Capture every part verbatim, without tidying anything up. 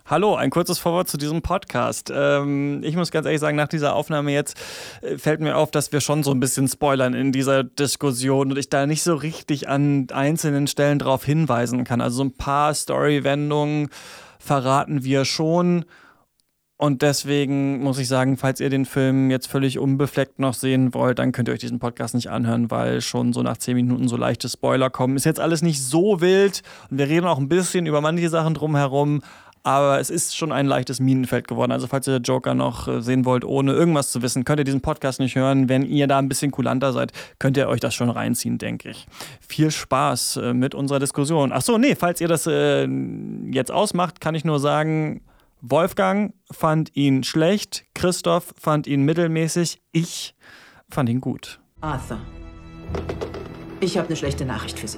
Hallo, ein kurzes Vorwort zu diesem Podcast. Ähm, ich muss ganz ehrlich sagen, nach dieser Aufnahme jetzt äh, fällt mir auf, dass wir schon so ein bisschen spoilern in dieser Diskussion und ich da nicht so richtig an einzelnen Stellen drauf hinweisen kann. Also so ein paar Story-Wendungen verraten wir schon. Und deswegen muss ich sagen, falls ihr den Film jetzt völlig unbefleckt noch sehen wollt, dann könnt ihr euch diesen Podcast nicht anhören, weil schon so nach zehn Minuten so leichte Spoiler kommen. Ist jetzt alles nicht so wild und wir reden auch ein bisschen über manche Sachen drumherum, aber es ist schon ein leichtes Minenfeld geworden. Also falls ihr Joker noch sehen wollt, ohne irgendwas zu wissen, könnt ihr diesen Podcast nicht hören. Wenn ihr da ein bisschen kulanter seid, könnt ihr euch das schon reinziehen, denke ich. Viel Spaß mit unserer Diskussion. Ach so, nee, falls ihr das äh, jetzt ausmacht, kann ich nur sagen, Wolfgang fand ihn schlecht, Christoph fand ihn mittelmäßig, ich fand ihn gut. Arthur, ich habe eine schlechte Nachricht für Sie.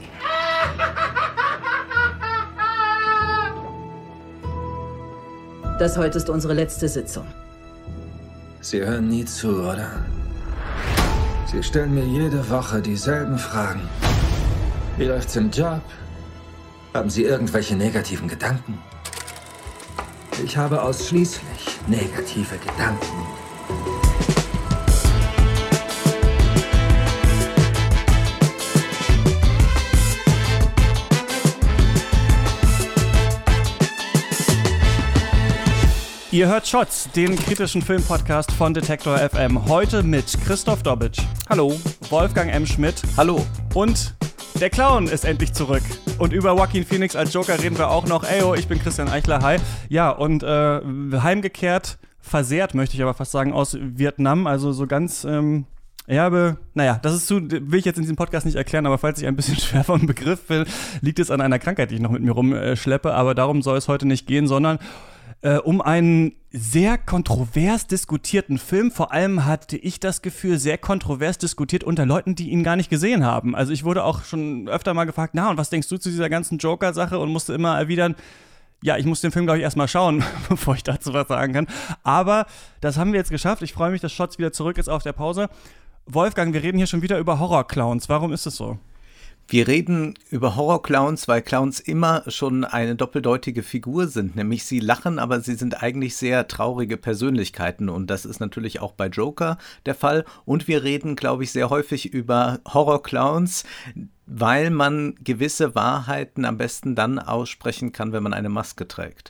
Das heute ist unsere letzte Sitzung. Sie hören nie zu, oder? Sie stellen mir jede Woche dieselben Fragen. Wie läuft's im Job? Haben Sie irgendwelche negativen Gedanken? Ich habe ausschließlich negative Gedanken. Ihr hört Shots, den kritischen Filmpodcast von Detektor F M. Heute mit Christoph Dobbitsch. Hallo. Wolfgang M. Schmidt. Hallo. Und der Clown ist endlich zurück. Und über Joaquin Phoenix als Joker reden wir auch noch. Eyo, ich bin Christian Eichler, hi. Ja, und äh, heimgekehrt, versehrt, möchte ich aber fast sagen, aus Vietnam. Also so ganz, ähm, ja, be, naja, das ist zu, will ich jetzt in diesem Podcast nicht erklären, aber falls ich ein bisschen schwer vom Begriff bin, liegt es an einer Krankheit, die ich noch mit mir rumschleppe. Aber darum soll es heute nicht gehen, sondern Äh, um einen sehr kontrovers diskutierten Film. Vor allem hatte ich das Gefühl, sehr kontrovers diskutiert unter Leuten, die ihn gar nicht gesehen haben. Also ich wurde auch schon öfter mal gefragt, na und was denkst du zu dieser ganzen Joker-Sache? Und musste immer erwidern, ja, ich muss den Film, glaube ich, erstmal schauen, bevor ich dazu was sagen kann. Aber das haben wir jetzt geschafft. Ich freue mich, dass Shots wieder zurück ist auf der Pause. Wolfgang, wir reden hier schon wieder über Horror-Clowns. Warum ist es so? Wir reden über Horror-Clowns, weil Clowns immer schon eine doppeldeutige Figur sind. Nämlich sie lachen, aber sie sind eigentlich sehr traurige Persönlichkeiten. Und das ist natürlich auch bei Joker der Fall. Und wir reden, glaube ich, sehr häufig über Horror-Clowns, weil man gewisse Wahrheiten am besten dann aussprechen kann, wenn man eine Maske trägt.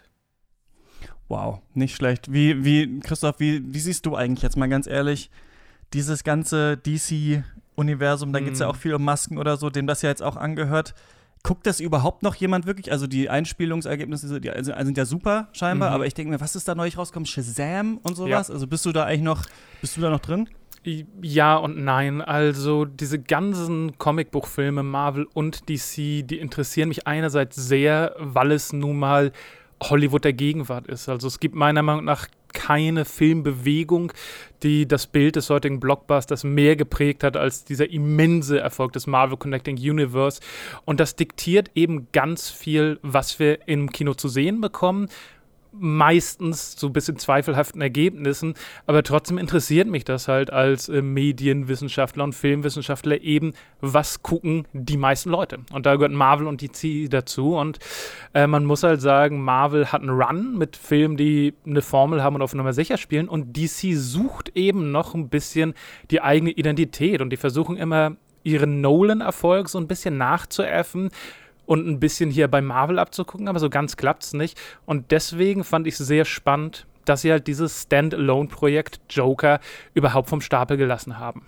Wow, nicht schlecht. Wie, wie Christoph, wie, wie siehst du eigentlich jetzt mal ganz ehrlich dieses ganze D C Universum, da geht es ja auch viel um Masken oder so, dem das ja jetzt auch angehört. Guckt das überhaupt noch jemand wirklich? Also die Einspielungsergebnisse die sind ja super scheinbar, mhm. aber ich denke mir, was ist da neulich rausgekommen? Shazam und sowas? Ja. Also bist du da eigentlich noch, bist du da noch drin? Ja und nein. Also diese ganzen Comicbuchfilme, Marvel und D C, die interessieren mich einerseits sehr, weil es nun mal Hollywood der Gegenwart ist. Also es gibt meiner Meinung nach keine Filmbewegung, die das Bild des heutigen Blockbusters mehr geprägt hat als dieser immense Erfolg des Marvel Connecting Universe. Und das diktiert eben ganz viel, was wir im Kino zu sehen bekommen. Meistens zu ein bisschen zweifelhaften Ergebnissen, aber trotzdem interessiert mich das halt als äh, Medienwissenschaftler und Filmwissenschaftler eben, was gucken die meisten Leute. Und da gehört Marvel und D C dazu und äh, man muss halt sagen, Marvel hat einen Run mit Filmen, die eine Formel haben und auf Nummer sicher spielen und D C sucht eben noch ein bisschen die eigene Identität und die versuchen immer, ihren Nolan-Erfolg so ein bisschen nachzuäffen und ein bisschen hier bei Marvel abzugucken, aber so ganz klappt's nicht. Und deswegen fand ich es sehr spannend, dass sie halt dieses Standalone-Projekt Joker überhaupt vom Stapel gelassen haben.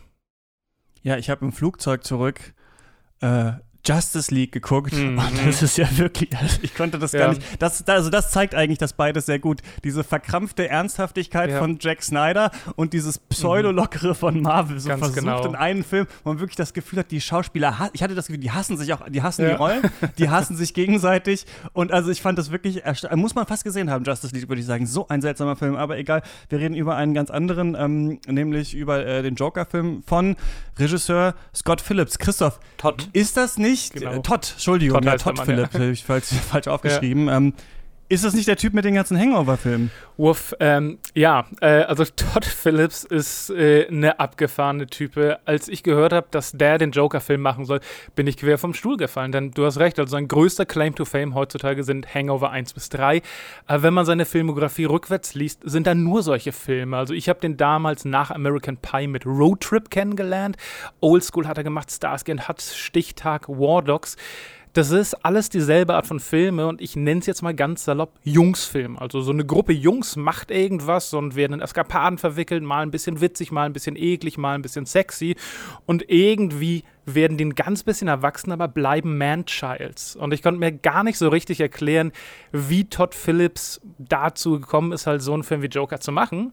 Ja, ich habe im Flugzeug zurück äh, Justice League geguckt Mhm. und das ist ja wirklich, also ich konnte das Ja. gar nicht, das, also das zeigt eigentlich das beides sehr gut, diese verkrampfte Ernsthaftigkeit Ja. von Jack Snyder und dieses Pseudo-Lockere von Marvel, so Ganz versucht genau. in einem Film, wo man wirklich das Gefühl hat, die Schauspieler, ha- ich hatte das Gefühl, die hassen sich auch, die hassen Ja. die Rollen, die hassen sich gegenseitig und also ich fand das wirklich, ersta- muss man fast gesehen haben, Justice League, würde ich sagen, so ein seltsamer Film, aber egal, wir reden über einen ganz anderen, ähm, nämlich über äh, den Joker-Film von Regisseur Scott Phillips. Christoph, Todd. ist das nicht, Genau. äh, Todd, Entschuldigung, Todd ja, heißt Todd der Mann, Phillips, ja. habe ich falsch, falsch aufgeschrieben. Ähm, Ist das nicht der Typ mit den ganzen Hangover-Filmen? Wuff, ähm, ja, äh, also Todd Phillips ist äh, eine abgefahrene Type. Als ich gehört habe, dass der den Joker-Film machen soll, bin ich quer vom Stuhl gefallen, denn du hast recht, also sein größter Claim to Fame heutzutage sind Hangover eins bis drei. Aber wenn man seine Filmografie rückwärts liest, sind da nur solche Filme. Also ich habe den damals nach American Pie mit Road Trip kennengelernt. Old School hat er gemacht, Starsky und Hutch, Stichtag, War Dogs. Das ist alles dieselbe Art von Filme und ich nenne es jetzt mal ganz salopp Jungsfilm. Also so eine Gruppe Jungs macht irgendwas und werden in Eskapaden verwickelt, mal ein bisschen witzig, mal ein bisschen eklig, mal ein bisschen sexy und irgendwie werden die ein ganz bisschen erwachsen, aber bleiben Man-Childs. Und ich konnte mir gar nicht so richtig erklären, wie Todd Phillips dazu gekommen ist, halt so einen Film wie Joker zu machen.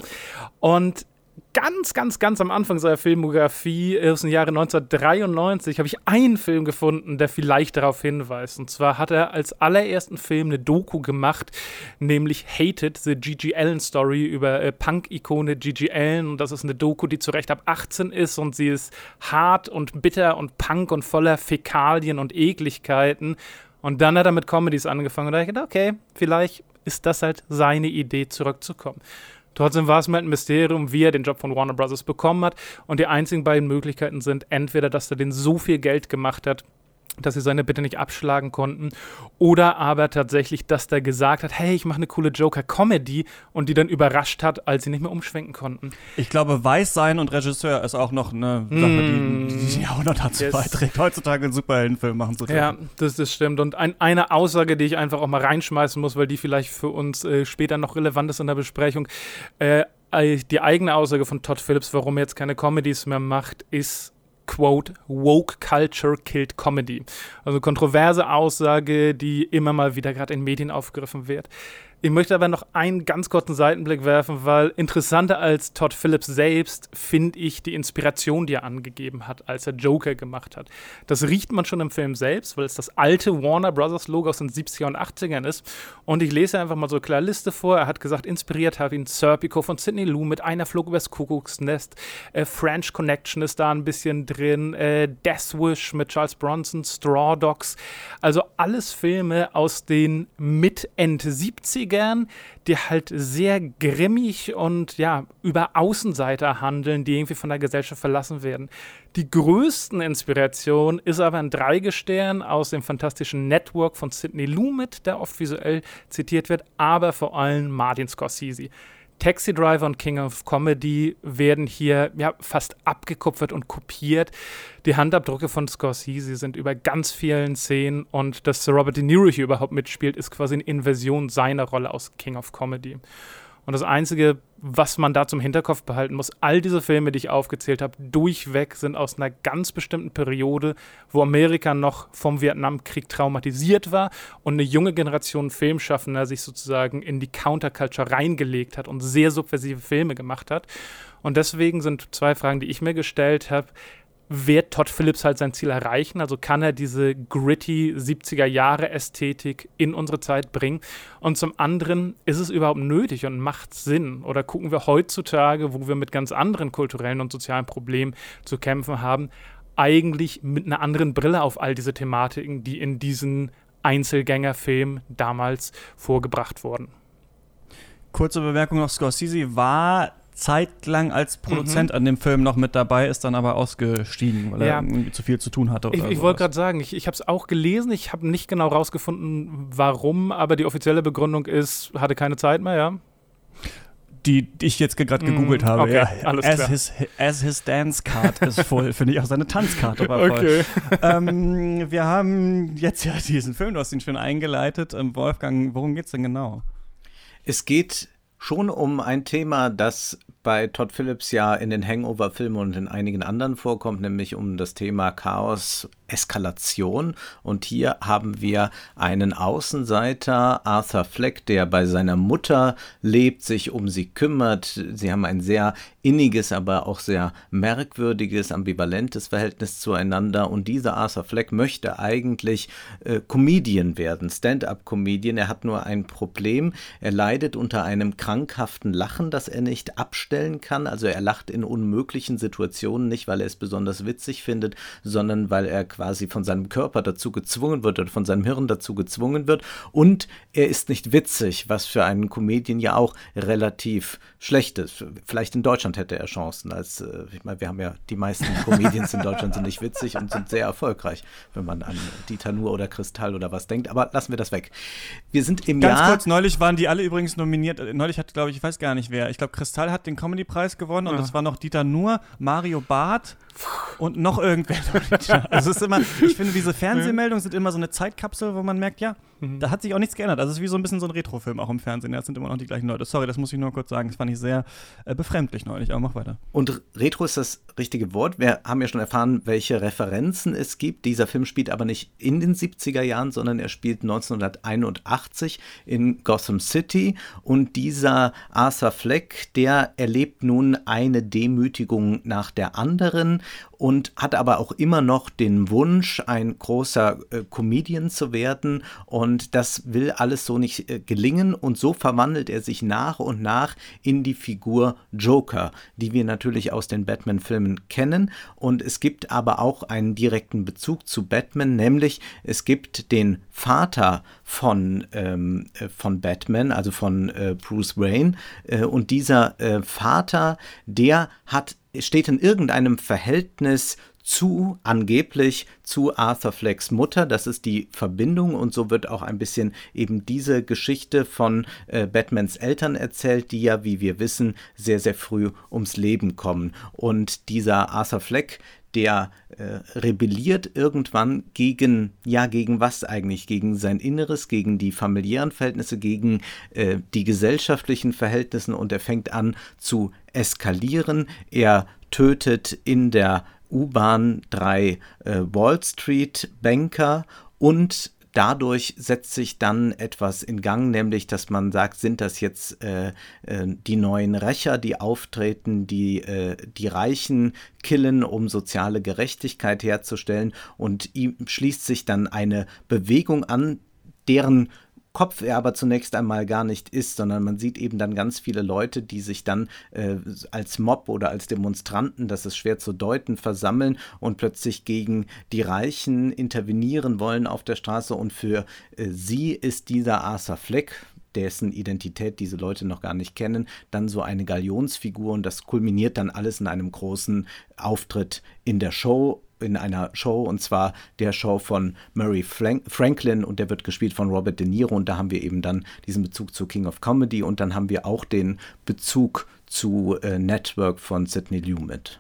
Und ganz, ganz, ganz am Anfang seiner Filmografie, aus dem Jahre neunzehnhundertdreiundneunzig, habe ich einen Film gefunden, der vielleicht darauf hinweist. Und zwar hat er als allerersten Film eine Doku gemacht, nämlich Hated, The Gigi Allen Story über äh, Punk-Ikone Gigi Allen. Und das ist eine Doku, die zu Recht ab achtzehn ist und sie ist hart und bitter und Punk und voller Fäkalien und Ekligkeiten. Und dann hat er mit Comedies angefangen und da habe ich gedacht, okay, vielleicht ist das halt seine Idee, zurückzukommen. Trotzdem war es mir halt ein Mysterium, wie er den Job von Warner Brothers bekommen hat. Und die einzigen beiden Möglichkeiten sind entweder, dass er den so viel Geld gemacht hat, dass sie seine Bitte nicht abschlagen konnten, oder aber tatsächlich, dass der gesagt hat, hey, ich mache eine coole Joker-Comedy und die dann überrascht hat, als sie nicht mehr umschwenken konnten. Ich glaube, Weißsein und Regisseur ist auch noch eine Sache, Mm. die die Jahrhundert dazu Yes. beiträgt, heutzutage einen Superheldenfilm machen zu können. Ja, das, das stimmt. Und ein, eine Aussage, die ich einfach auch mal reinschmeißen muss, weil die vielleicht für uns äh, später noch relevant ist in der Besprechung, äh, die eigene Aussage von Todd Phillips, warum er jetzt keine Comedies mehr macht, ist, quote, woke culture killed comedy. Also kontroverse Aussage, die immer mal wieder gerade in Medien aufgegriffen wird. Ich möchte aber noch einen ganz kurzen Seitenblick werfen, weil interessanter als Todd Phillips selbst finde ich die Inspiration, die er angegeben hat, als er Joker gemacht hat. Das riecht man schon im Film selbst, weil es das alte Warner Brothers Logo aus den siebziger und achtzigern ist. Und ich lese einfach mal so eine kleine Liste vor. Er hat gesagt, inspiriert hat ihn Serpico von Sidney Lumet, Einer flog übers Kuckucksnest, äh, French Connection ist da ein bisschen drin, äh, Death Wish mit Charles Bronson, Straw Dogs. Also alles Filme aus den Mit-End-siebzigern, die halt sehr grimmig und ja, über Außenseiter handeln, die irgendwie von der Gesellschaft verlassen werden. Die größten Inspiration ist aber ein Dreigestirn aus dem fantastischen Network von Sidney Lumet, der oft visuell zitiert wird, aber vor allem Martin Scorsese. Taxi Driver und King of Comedy werden hier ja, fast abgekupfert und kopiert. Die Handabdrücke von Scorsese sind über ganz vielen Szenen und dass Robert De Niro hier überhaupt mitspielt, ist quasi eine Inversion seiner Rolle aus King of Comedy. Und das Einzige, was man da zum Hinterkopf behalten muss, all diese Filme, die ich aufgezählt habe, durchweg sind aus einer ganz bestimmten Periode, wo Amerika noch vom Vietnamkrieg traumatisiert war und eine junge Generation Filmschaffender sich sozusagen in die Counterculture reingelegt hat und sehr subversive Filme gemacht hat. Und deswegen sind zwei Fragen, die ich mir gestellt habe: Wird Todd Phillips halt sein Ziel erreichen? Also kann er diese gritty siebziger-Jahre-Ästhetik in unsere Zeit bringen? Und zum anderen, ist es überhaupt nötig und macht Sinn? Oder gucken wir heutzutage, wo wir mit ganz anderen kulturellen und sozialen Problemen zu kämpfen haben, eigentlich mit einer anderen Brille auf all diese Thematiken, die in diesen Einzelgängerfilmen damals vorgebracht wurden? Kurze Bemerkung noch, Scorsese war zeitlang als Produzent mhm. an dem Film noch mit dabei, ist dann aber ausgestiegen, weil ja. er irgendwie zu viel zu tun hatte. Oder ich ich wollte gerade sagen, ich, ich habe es auch gelesen, ich habe nicht genau rausgefunden, warum, aber die offizielle Begründung ist, hatte keine Zeit mehr, ja? Die, die ich jetzt gerade gegoogelt mm, habe, okay, ja. Alles as, klar. His, as his dance card ist voll, finde ich auch seine Tanzkarte war voll. Okay. ähm, wir haben jetzt ja diesen Film, du hast ihn schon eingeleitet. Ähm, Wolfgang, worum geht's denn genau? Es geht schon um ein Thema, das bei Todd Phillips ja in den Hangover-Filmen und in einigen anderen vorkommt, nämlich um das Thema Chaos, Eskalation. Und hier haben wir einen Außenseiter, Arthur Fleck, der bei seiner Mutter lebt, sich um sie kümmert. Sie haben ein sehr inniges, aber auch sehr merkwürdiges, ambivalentes Verhältnis zueinander. Und dieser Arthur Fleck möchte eigentlich äh, Comedian werden, Stand-up-Comedian. Er hat nur ein Problem. Er leidet unter einem krankhaften Lachen, das er nicht abstellt. darstellen kann. Also er lacht in unmöglichen Situationen, nicht weil er es besonders witzig findet, sondern weil er quasi von seinem Körper dazu gezwungen wird oder von seinem Hirn dazu gezwungen wird. Und er ist nicht witzig, was für einen Comedian ja auch relativ schlecht ist. Vielleicht in Deutschland hätte er Chancen. Als, ich meine, wir haben ja, die meisten Comedians in Deutschland sind nicht witzig und sind sehr erfolgreich, wenn man an Dieter Nuhr oder Kristall oder was denkt. Aber lassen wir das weg. Wir sind im Ganz Jahr... kurz, neulich waren die alle übrigens nominiert. Neulich hat, glaube ich, ich weiß gar nicht wer. Ich glaube, Kristall hat den Comedy-Preis gewonnen und es ja. war noch Dieter Nuhr, Mario Barth und noch irgendwer. Also es ist immer, ich finde, diese Fernsehmeldungen sind immer so eine Zeitkapsel, wo man merkt, ja, mhm. da hat sich auch nichts geändert. Also es ist wie so ein bisschen so ein Retrofilm auch im Fernsehen. Ja, es sind immer noch die gleichen Leute. Sorry, das muss ich nur kurz sagen. Das fand ich sehr äh, befremdlich neulich, aber mach weiter. Und Retro ist das richtige Wort. Wir haben ja schon erfahren, welche Referenzen es gibt. Dieser Film spielt aber nicht in den siebziger Jahren, sondern er spielt neunzehnhunderteinundachtzig in Gotham City. Und dieser Arthur Fleck, der erlebt nun eine Demütigung nach der anderen und hat aber auch immer noch den Wunsch, ein großer äh, Comedian zu werden, und das will alles so nicht äh, gelingen, und so verwandelt er sich nach und nach in die Figur Joker, die wir natürlich aus den Batman-Filmen kennen, und es gibt aber auch einen direkten Bezug zu Batman, nämlich es gibt den Vater von, ähm, von Batman, also von äh, Bruce Wayne, äh, und dieser äh, Vater, der hat steht in irgendeinem Verhältnis zu, angeblich, zu Arthur Flecks Mutter. Das ist die Verbindung, und so wird auch ein bisschen eben diese Geschichte von äh, Batmans Eltern erzählt, die ja, wie wir wissen, sehr, sehr früh ums Leben kommen. Und dieser Arthur Fleck, der äh, rebelliert irgendwann gegen, ja, gegen was eigentlich? Gegen sein Inneres, gegen die familiären Verhältnisse, gegen äh, die gesellschaftlichen Verhältnisse, und er fängt an zu eskalieren. Er tötet in der U-Bahn drei äh, Wall Street Banker, und dadurch setzt sich dann etwas in Gang, nämlich, dass man sagt, sind das jetzt äh, äh, die neuen Rächer, die auftreten, die äh, die Reichen killen, um soziale Gerechtigkeit herzustellen, und ihm schließt sich dann eine Bewegung an, deren Kopf er aber zunächst einmal gar nicht ist, sondern man sieht eben dann ganz viele Leute, die sich dann äh, als Mob oder als Demonstranten, das ist schwer zu deuten, versammeln und plötzlich gegen die Reichen intervenieren wollen auf der Straße, und für äh, sie ist dieser Arthur Fleck, dessen Identität diese Leute noch gar nicht kennen, dann so eine Galionsfigur, und das kulminiert dann alles in einem großen Auftritt in der Show, in einer Show, und zwar der Show von Murray Frank- Franklin, und der wird gespielt von Robert De Niro, und da haben wir eben dann diesen Bezug zu King of Comedy, und dann haben wir auch den Bezug zu äh, Network von Sidney Lumet.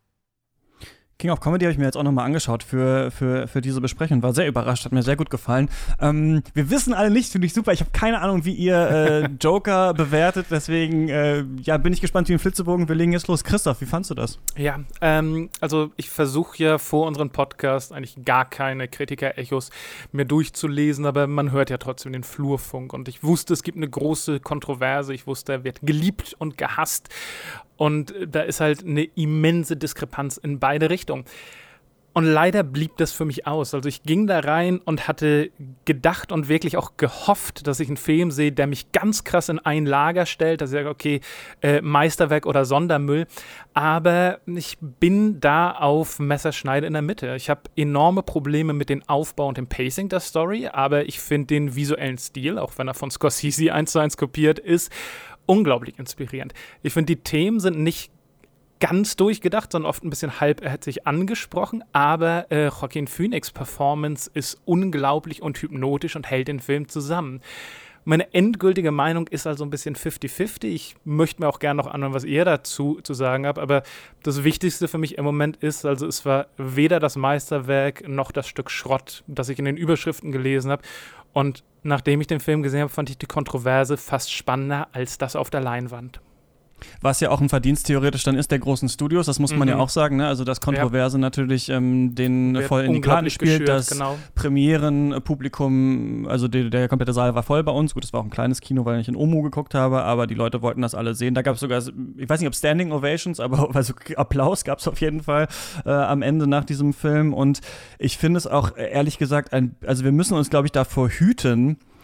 King of Comedy habe ich mir jetzt auch nochmal angeschaut für, für, für diese Besprechung. War sehr überrascht, hat mir sehr gut gefallen. Ähm, wir wissen alle nicht, finde ich super. Ich habe keine Ahnung, wie ihr äh, Joker bewertet. Deswegen äh, ja, bin ich gespannt wie ein Flitzebogen. Wir legen jetzt los. Christoph, wie fandst du das? Ja, ähm, also ich versuche ja vor unserem Podcast eigentlich gar keine Kritiker-Echos mehr durchzulesen, aber man hört ja trotzdem den Flurfunk. Und ich wusste, es gibt eine große Kontroverse. Ich wusste, er wird geliebt und gehasst. Und da ist halt eine immense Diskrepanz in beide Richtungen. Und leider blieb das für mich aus. Also ich ging da rein und hatte gedacht und wirklich auch gehofft, dass ich einen Film sehe, der mich ganz krass in ein Lager stellt, dass ich sage, okay, äh, Meisterwerk oder Sondermüll. Aber ich bin da auf Messerschneide in der Mitte. Ich habe enorme Probleme mit dem Aufbau und dem Pacing der Story, aber ich finde den visuellen Stil, auch wenn er von Scorsese eins zu eins kopiert ist, unglaublich inspirierend. Ich finde, die Themen sind nicht ganz durchgedacht, sondern oft ein bisschen halbherzig angesprochen, aber äh, Joaquin Phoenix' Performance ist unglaublich und hypnotisch und hält den Film zusammen. Meine endgültige Meinung ist also ein bisschen fifty fifty. Ich möchte mir auch gerne noch anhören, was ihr dazu zu sagen habt, aber das Wichtigste für mich im Moment ist, also es war weder das Meisterwerk noch das Stück Schrott, das ich in den Überschriften gelesen habe, und nachdem ich den Film gesehen habe, fand ich die Kontroverse fast spannender als das auf der Leinwand. Was ja auch ein Verdienst theoretisch dann ist der großen Studios, das muss man mhm. ja auch sagen, ne? Also dass Kontroverse ja. natürlich ähm, den Wird voll in die Karten spielt, geschürt, das genau. Premierenpublikum, also die, der komplette Saal war voll bei uns, gut, es war auch ein kleines Kino, weil ich in Omo geguckt habe, aber die Leute wollten das alle sehen, da gab es sogar, ich weiß nicht, ob Standing Ovations, aber also Applaus gab es auf jeden Fall äh, am Ende nach diesem Film, und ich finde es auch ehrlich gesagt, ein, also wir müssen uns, glaube ich, davor hüten,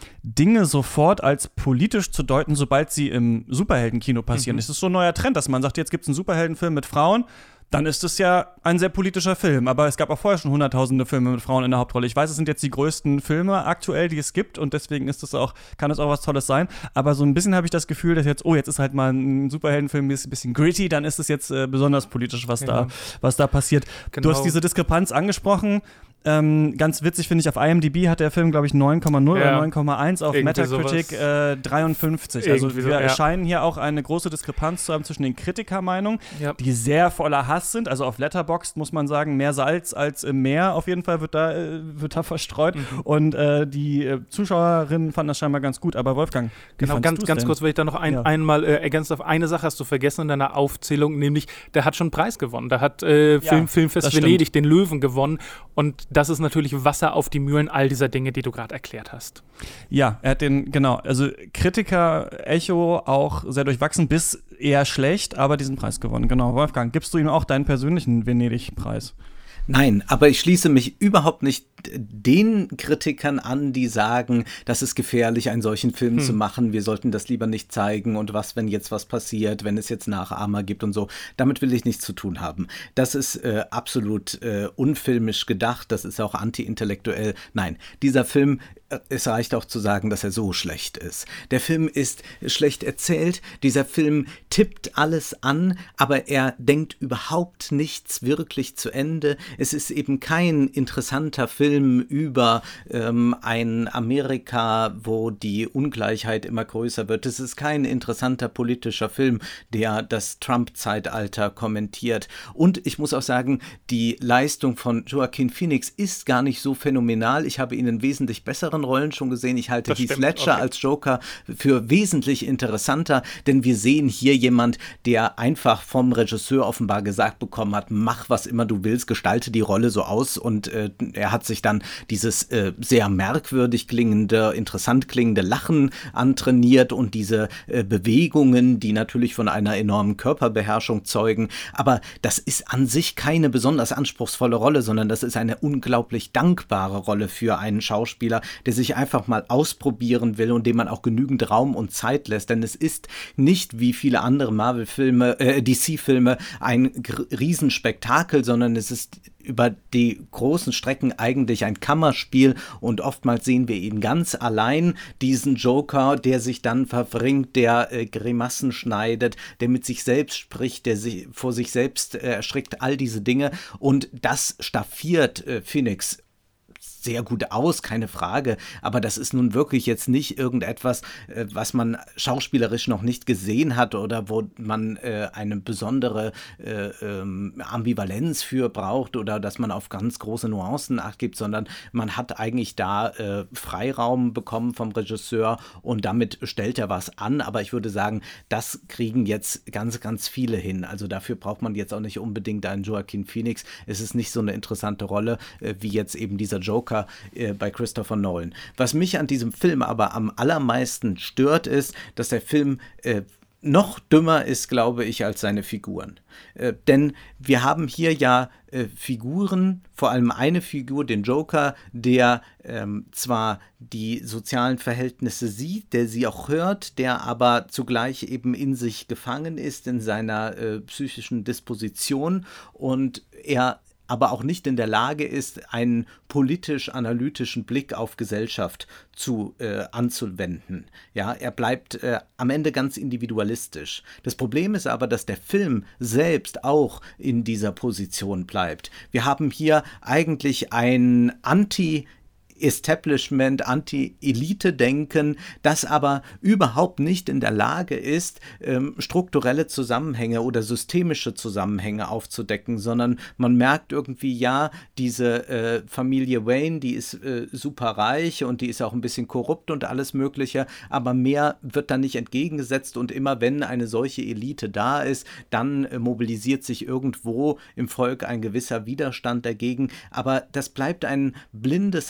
Dinge sofort als politisch zu deuten, sobald sie im Superheldenkino passieren. Es mhm. ist so ein neuer Trend, dass man sagt, jetzt gibt es einen Superheldenfilm mit Frauen, dann ist es ja ein sehr politischer Film. Aber es gab auch vorher schon hunderttausende Filme mit Frauen in der Hauptrolle. Ich weiß, es sind jetzt die größten Filme aktuell, die es gibt und deswegen ist es auch, kann es auch was Tolles sein. Aber so ein bisschen habe ich das Gefühl, dass jetzt, oh, jetzt ist halt mal ein Superheldenfilm, ist ein bisschen gritty, dann ist es jetzt äh, besonders politisch, was, ja. da, was da passiert. Genau. Du hast diese Diskrepanz angesprochen. Ähm, ganz witzig finde ich, auf I M D B hat der Film, glaube ich, neun Komma null ja. oder neun Komma eins, auf irgendwie Metacritic äh, dreiundfünfzig. Also irgendwie wir so, ja. scheinen hier auch eine große Diskrepanz zu haben zwischen den Kritikermeinungen, ja. die sehr voller Hass sind. Also auf Letterboxd muss man sagen, mehr Salz als im Meer auf jeden Fall wird da, äh, wird da verstreut. Mhm. Und äh, die äh, Zuschauerinnen fanden das scheinbar ganz gut. Aber Wolfgang, genau, ganz, ganz kurz will ich da noch ein, ja. einmal äh, ergänzen. Auf eine Sache hast du vergessen in deiner Aufzählung, nämlich der hat schon einen Preis gewonnen. Der hat äh, Film, ja, Filmfest Venedig den Löwen gewonnen und das ist natürlich Wasser auf die Mühlen all dieser Dinge, die du gerade erklärt hast. Ja, er hat den, genau, also Kritiker-Echo auch sehr durchwachsen, bis eher schlecht, aber diesen Preis gewonnen. Genau, Wolfgang, gibst du ihm auch deinen persönlichen Venedig-Preis? Nein, aber ich schließe mich überhaupt nicht den Kritikern an, die sagen, das ist gefährlich, einen solchen Film hm. zu machen, wir sollten das lieber nicht zeigen und was, wenn jetzt was passiert, wenn es jetzt Nachahmer gibt und so. Damit will ich nichts zu tun haben. Das ist äh, absolut äh, unfilmisch gedacht, das ist auch anti-intellektuell. Nein, dieser Film, es reicht auch zu sagen, dass er so schlecht ist. Der Film ist schlecht erzählt, dieser Film tippt alles an, aber er denkt überhaupt nichts wirklich zu Ende. Es ist eben kein interessanter Film über ähm, ein Amerika, wo die Ungleichheit immer größer wird. Es ist kein interessanter politischer Film, der das Trump-Zeitalter kommentiert. Und ich muss auch sagen, die Leistung von Joaquin Phoenix ist gar nicht so phänomenal. Ich habe ihn in wesentlich besseren Rollen schon gesehen. Ich halte Heath Ledger okay. als Joker für wesentlich interessanter, denn wir sehen hier jemand, der einfach vom Regisseur offenbar gesagt bekommen hat, mach was immer du willst, gestalte die Rolle so aus und äh, er hat sich dann dieses äh, sehr merkwürdig klingende, interessant klingende Lachen antrainiert und diese äh, Bewegungen, die natürlich von einer enormen Körperbeherrschung zeugen, aber das ist an sich keine besonders anspruchsvolle Rolle, sondern das ist eine unglaublich dankbare Rolle für einen Schauspieler, der sich einfach mal ausprobieren will und dem man auch genügend Raum und Zeit lässt, denn es ist nicht wie viele andere Marvel-Filme, äh, D C-Filme ein gr- Riesenspektakel, sondern es ist über die großen Strecken eigentlich ein Kammerspiel und oftmals sehen wir ihn ganz allein, diesen Joker, der sich dann verwringt, der äh, Grimassen schneidet, der mit sich selbst spricht, der sich vor sich selbst äh, erschrickt, all diese Dinge und das staffiert äh, Phoenix sehr gut aus, keine Frage, aber das ist nun wirklich jetzt nicht irgendetwas, äh, was man schauspielerisch noch nicht gesehen hat oder wo man äh, eine besondere äh, ähm, Ambivalenz für braucht oder dass man auf ganz große Nuancen Acht gibt, sondern man hat eigentlich da äh, Freiraum bekommen vom Regisseur und damit stellt er was an, aber ich würde sagen, das kriegen jetzt ganz, ganz viele hin, also dafür braucht man jetzt auch nicht unbedingt einen Joaquin Phoenix, es ist nicht so eine interessante Rolle, äh, wie jetzt eben dieser Joker bei Christopher Nolan. Was mich an diesem Film aber am allermeisten stört, ist, dass der Film äh, noch dümmer ist, glaube ich, als seine Figuren. Äh, denn wir haben hier ja äh, Figuren, vor allem eine Figur, den Joker, der ähm, zwar die sozialen Verhältnisse sieht, der sie auch hört, der aber zugleich eben in sich gefangen ist, in seiner äh, psychischen Disposition und er aber auch nicht in der Lage ist, einen politisch-analytischen Blick auf Gesellschaft zu äh, anzuwenden. Ja, er bleibt äh, am Ende ganz individualistisch. Das Problem ist aber, dass der Film selbst auch in dieser Position bleibt. Wir haben hier eigentlich ein Anti- Establishment, Anti-Elite-Denken, das aber überhaupt nicht in der Lage ist, ähm, strukturelle Zusammenhänge oder systemische Zusammenhänge aufzudecken, sondern man merkt irgendwie, ja, diese äh, Familie Wayne, die ist äh, super reich und die ist auch ein bisschen korrupt und alles Mögliche, aber mehr wird da nicht entgegengesetzt und immer wenn eine solche Elite da ist, dann äh, mobilisiert sich irgendwo im Volk ein gewisser Widerstand dagegen, aber das bleibt ein blindes Ausagieren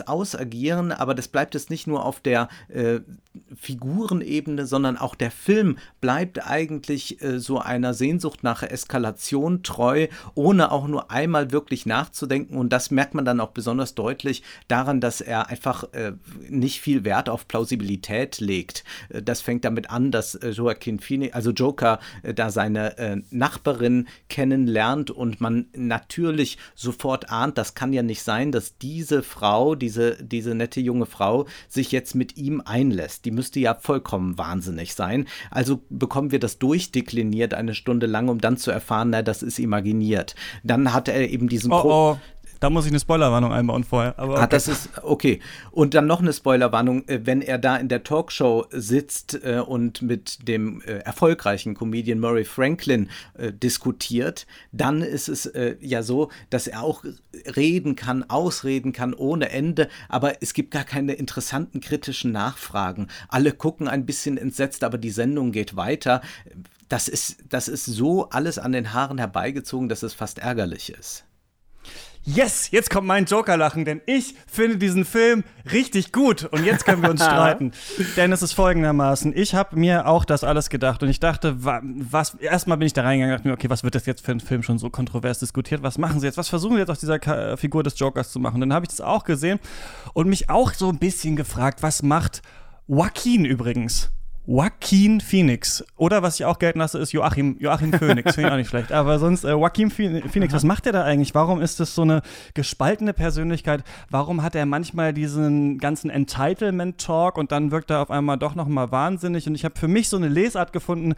agieren, aber das bleibt es nicht nur auf der äh, Figurenebene, sondern auch der Film bleibt eigentlich äh, so einer Sehnsucht nach Eskalation treu, ohne auch nur einmal wirklich nachzudenken, und das merkt man dann auch besonders deutlich daran, dass er einfach äh, nicht viel Wert auf Plausibilität legt. Äh, das fängt damit an, dass äh, Joaquin Phoenix, also Joker, äh, da seine äh, Nachbarin kennenlernt und man natürlich sofort ahnt, das kann ja nicht sein, dass diese Frau, diese, diese nette junge Frau sich jetzt mit ihm einlässt. Die müsste ja vollkommen wahnsinnig sein. Also bekommen wir das durchdekliniert eine Stunde lang, um dann zu erfahren, na, das ist imaginiert. Dann hat er eben diesen Oh, Pro- oh. Da muss ich eine Spoilerwarnung einbauen vorher. Aber okay. Ah, das ist okay. Und dann noch eine Spoilerwarnung, wenn er da in der Talkshow sitzt äh, und mit dem äh, erfolgreichen Comedian Murray Franklin äh, diskutiert, dann ist es äh, ja so, dass er auch reden kann, ausreden kann ohne Ende, aber es gibt gar keine interessanten kritischen Nachfragen. Alle gucken ein bisschen entsetzt, aber die Sendung geht weiter. Das ist, das ist so alles an den Haaren herbeigezogen, dass es fast ärgerlich ist. Yes, jetzt kommt mein Joker-Lachen, denn ich finde diesen Film richtig gut. Und jetzt können wir uns streiten. Denn es ist folgendermaßen, ich habe mir auch das alles gedacht und ich dachte, was, erstmal bin ich da reingegangen und dachte mir, okay, was wird das jetzt für ein Film schon so kontrovers diskutiert? Was machen sie jetzt? Was versuchen sie jetzt aus dieser Ka- Figur des Jokers zu machen? Dann habe ich das auch gesehen und mich auch so ein bisschen gefragt, was macht Joaquin übrigens? Joaquin Phoenix. Oder was ich auch gelten lasse, ist Joachim, Joachim Phoenix. Finde ich auch nicht schlecht. Aber sonst, äh, Joaquin Phoenix, was macht der da eigentlich? Warum ist das so eine gespaltene Persönlichkeit? Warum hat er manchmal diesen ganzen Entitlement-Talk und dann wirkt er auf einmal doch noch mal wahnsinnig? Und ich habe für mich so eine Lesart gefunden,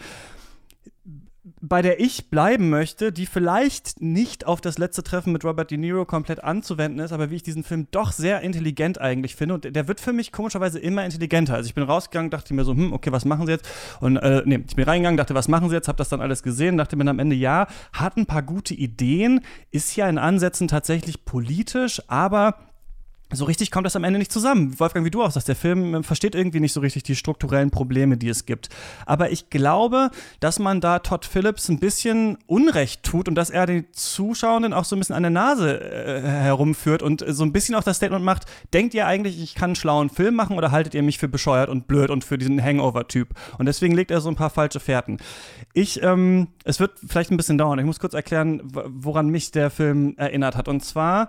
bei der ich bleiben möchte, die vielleicht nicht auf das letzte Treffen mit Robert De Niro komplett anzuwenden ist, aber wie ich diesen Film doch sehr intelligent eigentlich finde. Und der wird für mich komischerweise immer intelligenter. Also ich bin rausgegangen, dachte mir so, hm, okay, was machen sie jetzt? Und äh, nee, ich bin reingegangen, dachte, was machen sie jetzt? Hab das dann alles gesehen, dachte mir am Ende, ja, hat ein paar gute Ideen, ist ja in Ansätzen tatsächlich politisch, aber so richtig kommt das am Ende nicht zusammen. Wolfgang, wie du auch sagst, der Film versteht irgendwie nicht so richtig die strukturellen Probleme, die es gibt. Aber ich glaube, dass man da Todd Phillips ein bisschen Unrecht tut und dass er den Zuschauenden auch so ein bisschen an der Nase äh, herumführt und so ein bisschen auch das Statement macht, denkt ihr eigentlich, ich kann einen schlauen Film machen oder haltet ihr mich für bescheuert und blöd und für diesen Hangover-Typ? Und deswegen legt er so ein paar falsche Fährten. Ich, ähm, es wird vielleicht ein bisschen dauern. Ich muss kurz erklären, woran mich der Film erinnert hat. Und zwar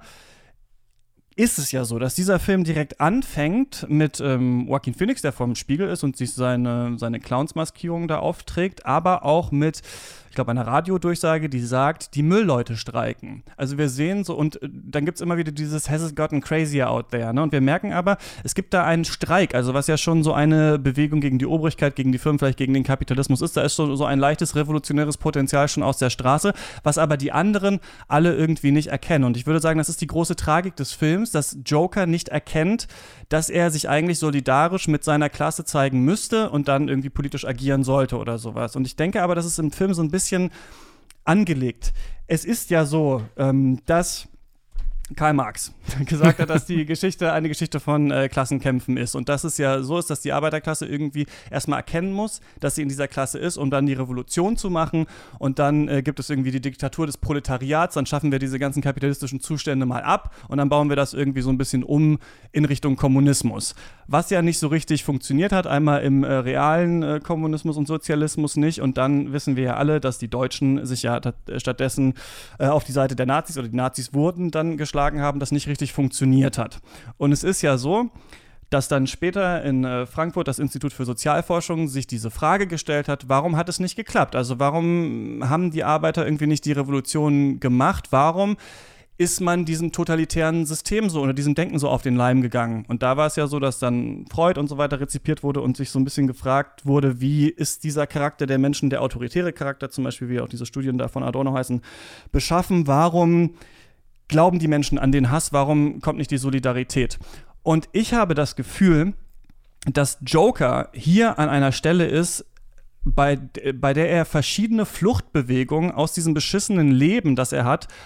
ist es ja so, dass dieser Film direkt anfängt mit ähm, Joaquin Phoenix, der vor dem Spiegel ist und sich seine, seine Clownsmaskierung da aufträgt, aber auch mit, ich glaube, einer Radiodurchsage, die sagt, die Müllleute streiken. Also wir sehen so, und äh, dann gibt es immer wieder dieses Has it gotten crazier out there, ne? Und wir merken aber, es gibt da einen Streik, also was ja schon so eine Bewegung gegen die Obrigkeit, gegen die Firmen, vielleicht gegen den Kapitalismus ist, da ist so, so ein leichtes revolutionäres Potenzial schon aus der Straße, was aber die anderen alle irgendwie nicht erkennen. Und ich würde sagen, das ist die große Tragik des Films, dass Joker nicht erkennt, dass er sich eigentlich solidarisch mit seiner Klasse zeigen müsste und dann irgendwie politisch agieren sollte oder sowas. Und ich denke aber, das ist im Film so ein bisschen angelegt. Es ist ja so, ähm, dass Karl Marx gesagt hat, dass die Geschichte eine Geschichte von äh, Klassenkämpfen ist und dass es ja so ist, dass die Arbeiterklasse irgendwie erstmal erkennen muss, dass sie in dieser Klasse ist, um dann die Revolution zu machen und dann äh, gibt es irgendwie die Diktatur des Proletariats, dann schaffen wir diese ganzen kapitalistischen Zustände mal ab und dann bauen wir das irgendwie so ein bisschen um in Richtung Kommunismus. Was ja nicht so richtig funktioniert hat, einmal im äh, realen äh, Kommunismus und Sozialismus nicht und dann wissen wir ja alle, dass die Deutschen sich ja t- stattdessen äh, auf die Seite der Nazis oder die Nazis wurden dann geschlagen haben, das nicht richtig funktioniert hat. Und es ist ja so, dass dann später in äh, Frankfurt das Institut für Sozialforschung sich diese Frage gestellt hat, warum hat es nicht geklappt? Also warum haben die Arbeiter irgendwie nicht die Revolution gemacht? Warum ist man diesem totalitären System so oder diesem Denken so auf den Leim gegangen? Und da war es ja so, dass dann Freud und so weiter rezipiert wurde und sich so ein bisschen gefragt wurde, wie ist dieser Charakter der Menschen, der autoritäre Charakter zum Beispiel, wie auch diese Studien da von Adorno heißen, beschaffen? Warum glauben die Menschen an den Hass? Warum kommt nicht die Solidarität? Und ich habe das Gefühl, dass Joker hier an einer Stelle ist, bei, bei der er verschiedene Fluchtbewegungen aus diesem beschissenen Leben, das er hat,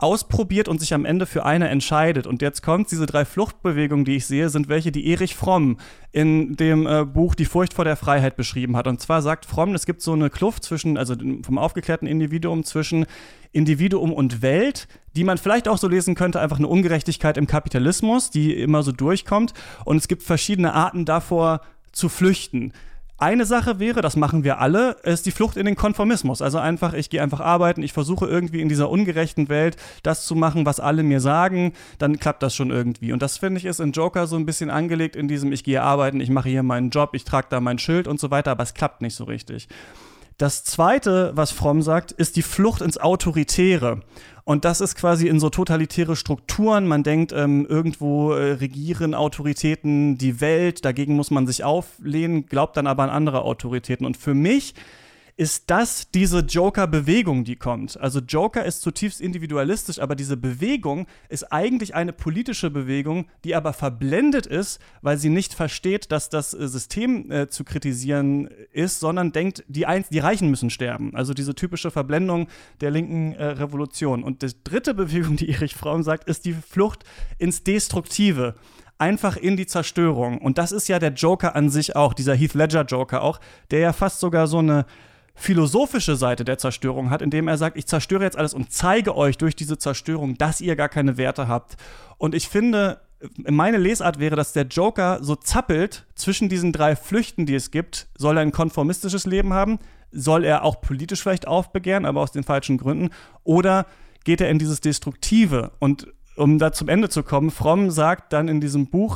ausprobiert und sich am Ende für eine entscheidet. Und jetzt kommt, diese drei Fluchtbewegungen, die ich sehe, sind welche, die Erich Fromm in dem äh, Buch Die Furcht vor der Freiheit beschrieben hat. Und zwar sagt Fromm, es gibt so eine Kluft zwischen, also vom aufgeklärten Individuum zwischen Individuum und Welt, die man vielleicht auch so lesen könnte, einfach eine Ungerechtigkeit im Kapitalismus, die immer so durchkommt. Und es gibt verschiedene Arten davor zu flüchten. Eine Sache wäre, das machen wir alle, ist die Flucht in den Konformismus. Also einfach, ich gehe einfach arbeiten, ich versuche irgendwie in dieser ungerechten Welt das zu machen, was alle mir sagen, dann klappt das schon irgendwie. Und das, finde ich, ist in Joker so ein bisschen angelegt in diesem, ich gehe arbeiten, ich mache hier meinen Job, ich trage da mein Schild und so weiter, aber es klappt nicht so richtig. Das Zweite, was Fromm sagt, ist die Flucht ins Autoritäre. Und das ist quasi in so totalitäre Strukturen. Man denkt, ähm, irgendwo äh, regieren Autoritäten die Welt, dagegen muss man sich auflehnen, glaubt dann aber an andere Autoritäten. Und für mich ist das diese Joker-Bewegung, die kommt. Also Joker ist zutiefst individualistisch, aber diese Bewegung ist eigentlich eine politische Bewegung, die aber verblendet ist, weil sie nicht versteht, dass das äh, System äh, zu kritisieren ist, sondern denkt, die, Ein- die Reichen müssen sterben. Also diese typische Verblendung der linken äh, Revolution. Und die dritte Bewegung, die Erich Fromm sagt, ist die Flucht ins Destruktive. Einfach in die Zerstörung. Und das ist ja der Joker an sich auch, dieser Heath Ledger Joker auch, der ja fast sogar so eine philosophische Seite der Zerstörung hat, indem er sagt, ich zerstöre jetzt alles und zeige euch durch diese Zerstörung, dass ihr gar keine Werte habt. Und ich finde, meine Lesart wäre, dass der Joker so zappelt zwischen diesen drei Flüchten, die es gibt. Soll er ein konformistisches Leben haben? Soll er auch politisch vielleicht aufbegehren, aber aus den falschen Gründen? Oder geht er in dieses Destruktive? Und um da zum Ende zu kommen, Fromm sagt dann in diesem Buch,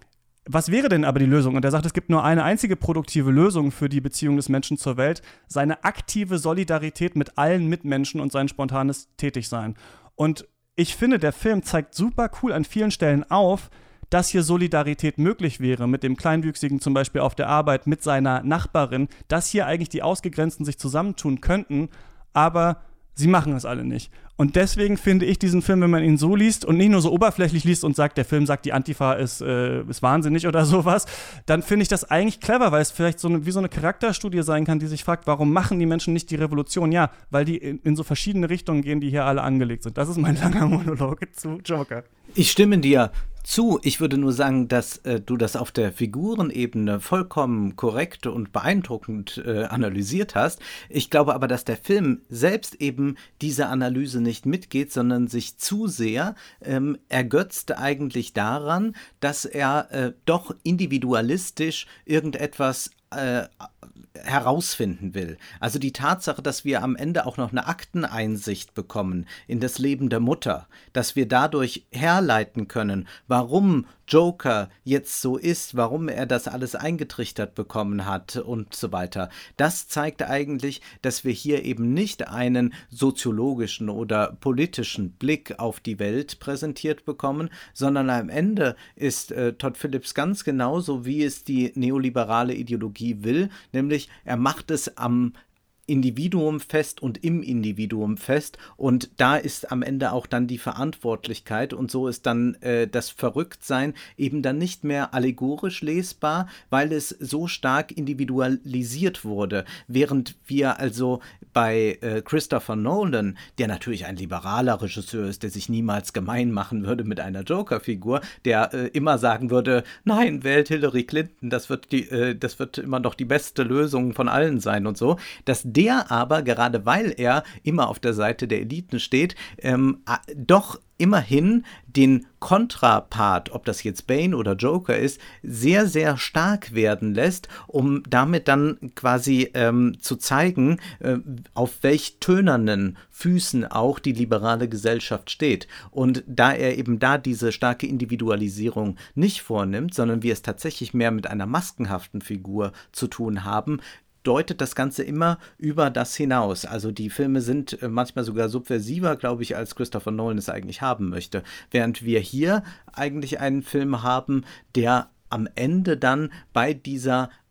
was wäre denn aber die Lösung? Und er sagt, es gibt nur eine einzige produktive Lösung für die Beziehung des Menschen zur Welt, seine aktive Solidarität mit allen Mitmenschen und sein spontanes Tätigsein. Und ich finde, der Film zeigt super cool an vielen Stellen auf, dass hier Solidarität möglich wäre, mit dem Kleinwüchsigen zum Beispiel auf der Arbeit, mit seiner Nachbarin, dass hier eigentlich die Ausgegrenzten sich zusammentun könnten, aber sie machen es alle nicht. Und deswegen finde ich diesen Film, wenn man ihn so liest und nicht nur so oberflächlich liest und sagt, der Film sagt, die Antifa ist, äh, ist wahnsinnig oder sowas, dann finde ich das eigentlich clever, weil es vielleicht so eine, wie so eine Charakterstudie sein kann, die sich fragt, warum machen die Menschen nicht die Revolution? Ja, weil die in, in so verschiedene Richtungen gehen, die hier alle angelegt sind. Das ist mein langer Monolog zu Joker. Ich stimme dir zu. Ich würde nur sagen, dass äh, du das auf der Figurenebene vollkommen korrekt und beeindruckend äh, analysiert hast. Ich glaube aber, dass der Film selbst eben diese Analyse nicht mitgeht, sondern sich zu sehr ähm, ergötzt eigentlich daran, dass er äh, doch individualistisch irgendetwas äh, herausfinden will. Also die Tatsache, dass wir am Ende auch noch eine Akteneinsicht bekommen in das Leben der Mutter, dass wir dadurch herleiten können, warum Joker jetzt so ist, warum er das alles eingetrichtert bekommen hat und so weiter. Das zeigt eigentlich, dass wir hier eben nicht einen soziologischen oder politischen Blick auf die Welt präsentiert bekommen, sondern am Ende ist äh, Todd Phillips ganz genauso, wie es die neoliberale Ideologie will, nämlich er macht es am Individuum fest und im Individuum fest, und da ist am Ende auch dann die Verantwortlichkeit, und so ist dann äh, das Verrücktsein eben dann nicht mehr allegorisch lesbar, weil es so stark individualisiert wurde, während wir also bei äh, Christopher Nolan, der natürlich ein liberaler Regisseur ist, der sich niemals gemein machen würde mit einer Joker-Figur, der äh, immer sagen würde, nein, wählt Hillary Clinton, das wird, die, äh, das wird immer noch die beste Lösung von allen sein und so, dass der aber, gerade weil er immer auf der Seite der Eliten steht, ähm, doch immerhin den Kontrapart, ob das jetzt Bane oder Joker ist, sehr, sehr stark werden lässt, um damit dann quasi ähm, zu zeigen, äh, auf welch tönernen Füßen auch die liberale Gesellschaft steht. Und da er eben da diese starke Individualisierung nicht vornimmt, sondern wir es tatsächlich mehr mit einer maskenhaften Figur zu tun haben, deutet das Ganze immer über das hinaus. Also die Filme sind manchmal sogar subversiver, glaube ich, als Christopher Nolan es eigentlich haben möchte. Während wir hier eigentlich einen Film haben, der am Ende dann bei dieser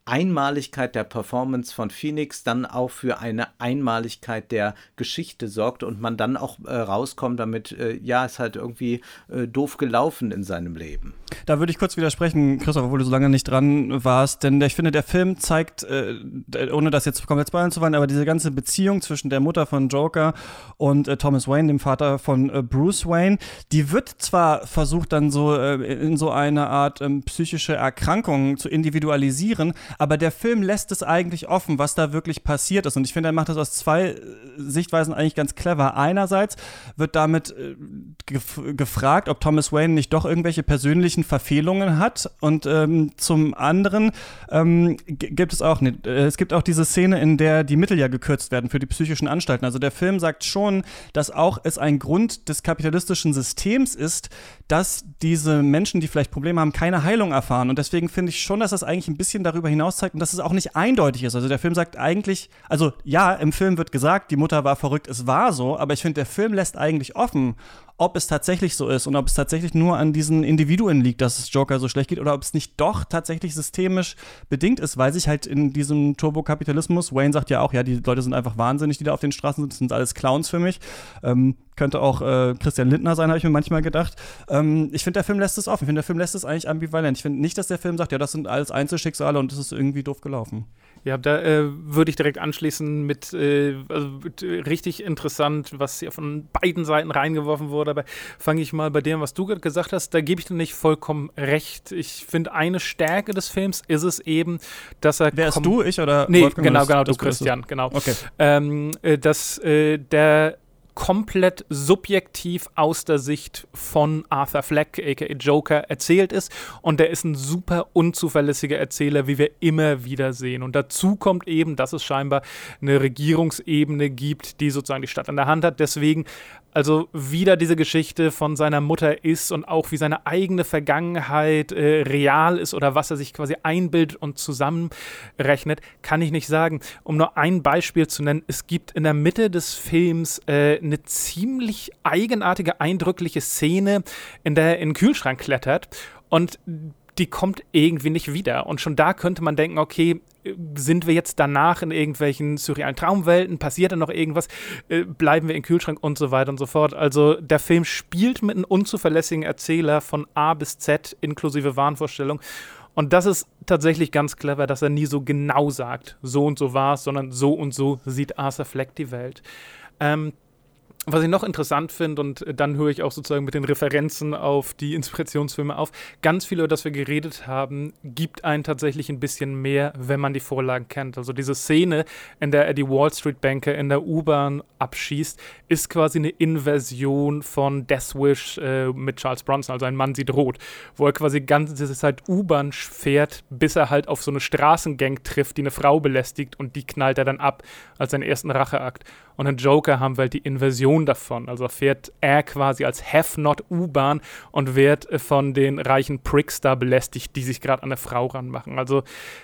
Einmaligkeit der Performance von Phoenix dann auch für eine Einmaligkeit der Geschichte sorgt und man dann auch äh, rauskommt damit, äh, ja, ist halt irgendwie äh, doof gelaufen in seinem Leben. Da würde ich kurz widersprechen, Christoph, obwohl du so lange nicht dran warst, denn ich finde, der Film zeigt, äh, ohne das jetzt komplett spoilern zu wollen, aber diese ganze Beziehung zwischen der Mutter von Joker und äh, Thomas Wayne, dem Vater von äh, Bruce Wayne, die wird zwar versucht dann so äh, in so eine Art ähm, psychische Erkrankung zu individualisieren, aber der Film lässt es eigentlich offen, was da wirklich passiert ist. Und ich finde, er macht das aus zwei Sichtweisen eigentlich ganz clever. Einerseits wird damit äh, gef- gefragt, ob Thomas Wayne nicht doch irgendwelche persönlichen Verfehlungen hat. Und ähm, zum anderen ähm, g- gibt es auch, ne, äh, es gibt auch diese Szene, in der die Mittel ja gekürzt werden für die psychischen Anstalten. Also der Film sagt schon, dass auch es ein Grund des kapitalistischen Systems ist, dass diese Menschen, die vielleicht Probleme haben, keine Heilung erfahren. Und deswegen finde ich schon, dass das eigentlich ein bisschen darüber hinaus zeigt und dass es auch nicht eindeutig ist. Also der Film sagt eigentlich, also ja, im Film wird gesagt, die Mutter war verrückt, es war so, aber ich finde, der Film lässt eigentlich offen, ob es tatsächlich so ist und ob es tatsächlich nur an diesen Individuen liegt, dass es Joker so schlecht geht oder ob es nicht doch tatsächlich systemisch bedingt ist, weil sich halt in diesem Turbokapitalismus, Wayne sagt ja auch, ja, die Leute sind einfach wahnsinnig, die da auf den Straßen sind, das sind alles Clowns für mich. Ähm, könnte auch äh, Christian Lindner sein, habe ich mir manchmal gedacht. Ähm, ich finde, der Film lässt es offen. Ich finde, der Film lässt es eigentlich ambivalent. Ich finde nicht, dass der Film sagt, ja, das sind alles Einzelschicksale und das ist irgendwie doof gelaufen. Ja, da äh, würde ich direkt anschließen mit, äh, also mit äh, richtig interessant, was hier von beiden Seiten reingeworfen wurde. Aber fange ich mal bei dem, was du gerade gesagt hast, da gebe ich dir nicht vollkommen recht. Ich finde, eine Stärke des Films ist es eben, dass er... Wer ist du, ich oder Nee, Wolfgang, genau, das, genau, das du, Christian, du? genau. Okay. Ähm, äh, dass äh, der komplett subjektiv aus der Sicht von Arthur Fleck, aka Joker, erzählt ist. Und der ist ein super unzuverlässiger Erzähler, wie wir immer wieder sehen. Und dazu kommt eben, dass es scheinbar eine Regierungsebene gibt, die sozusagen die Stadt in der Hand hat. Deswegen also wieder diese Geschichte von seiner Mutter ist und auch wie seine eigene Vergangenheit äh, real ist oder was er sich quasi einbildet und zusammenrechnet, kann ich nicht sagen. Um nur ein Beispiel zu nennen, es gibt in der Mitte des Films äh, eine ziemlich eigenartige, eindrückliche Szene, in der er in den Kühlschrank klettert und die kommt irgendwie nicht wieder. Und schon da könnte man denken, okay, sind wir jetzt danach in irgendwelchen surrealen Traumwelten? Passiert da noch irgendwas? Äh, bleiben wir im Kühlschrank und so weiter und so fort? Also der Film spielt mit einem unzuverlässigen Erzähler von A bis Z inklusive Wahnvorstellung. Und das ist tatsächlich ganz clever, dass er nie so genau sagt, so und so war es, sondern so und so sieht Arthur Fleck die Welt. Ähm, Was ich noch interessant finde, und dann höre ich auch sozusagen mit den Referenzen auf die Inspirationsfilme auf, ganz viel, über das wir geredet haben, gibt einen tatsächlich ein bisschen mehr, wenn man die Vorlagen kennt. Also diese Szene, in der er die Wall Street Banker in der U-Bahn abschießt, ist quasi eine Inversion von Death Wish äh, mit Charles Bronson, also Ein Mann sieht rot, wo er quasi die ganze Zeit U-Bahn fährt, bis er halt auf so eine Straßengang trifft, die eine Frau belästigt und die knallt er dann ab als seinen ersten Racheakt. Und in Joker haben wir halt die Inversion davon. Also fährt er quasi als Have-Not-U-Bahn und wird von den reichen Pricks da belästigt, die sich gerade an eine Frau ranmachen. Also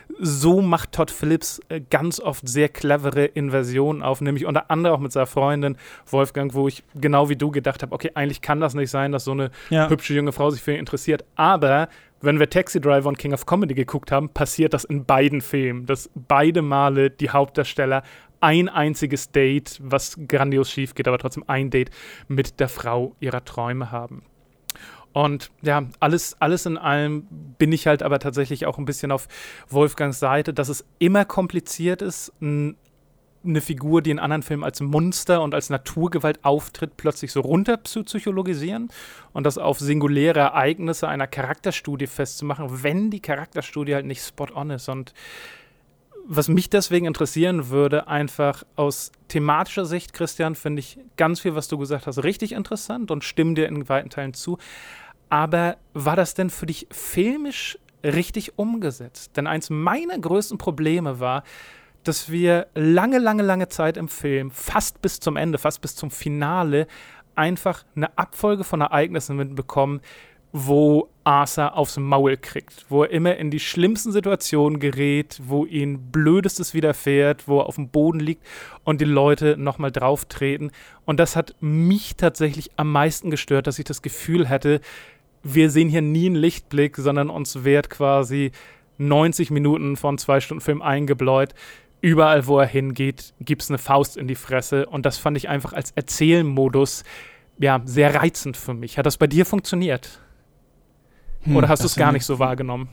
so macht Todd Phillips ganz oft sehr clevere Inversionen auf, nämlich unter anderem auch mit seiner Freundin Wolfgang, wo ich genau wie du gedacht habe, okay, eigentlich kann das nicht sein, dass so eine ja. hübsche junge Frau sich für ihn interessiert, aber wenn wir Taxi Driver und King of Comedy geguckt haben, passiert das in beiden Filmen, dass beide Male die Hauptdarsteller ein einziges Date, was grandios schief geht, aber trotzdem ein Date mit der Frau ihrer Träume haben. Und ja, alles, alles in allem bin ich halt aber tatsächlich auch ein bisschen auf Wolfgangs Seite, dass es immer kompliziert ist, n- eine Figur, die in anderen Filmen als Monster und als Naturgewalt auftritt, plötzlich so runter zu psychologisieren und das auf singuläre Ereignisse einer Charakterstudie festzumachen, wenn die Charakterstudie halt nicht spot on ist. Und was mich deswegen interessieren würde, einfach aus thematischer Sicht, Christian, finde ich ganz viel, was du gesagt hast, richtig interessant und stimme dir in weiten Teilen zu. Aber war das denn für dich filmisch richtig umgesetzt? Denn eins meiner größten Probleme war, dass wir lange, lange, lange Zeit im Film, fast bis zum Ende, fast bis zum Finale, einfach eine Abfolge von Ereignissen mitbekommen, wo Arthur aufs Maul kriegt, wo er immer in die schlimmsten Situationen gerät, wo ihm Blödestes widerfährt, wo er auf dem Boden liegt und die Leute nochmal drauf treten. Und das hat mich tatsächlich am meisten gestört, dass ich das Gefühl hatte, wir sehen hier nie einen Lichtblick, sondern uns wird quasi neunzig Minuten von zwei Stunden Film eingebläut. Überall, wo er hingeht, gibt es eine Faust in die Fresse. Und das fand ich einfach als Erzählmodus ja, sehr reizend für mich. Hat das bei dir funktioniert? Hm, Oder hast du es gar nicht so wahrgenommen?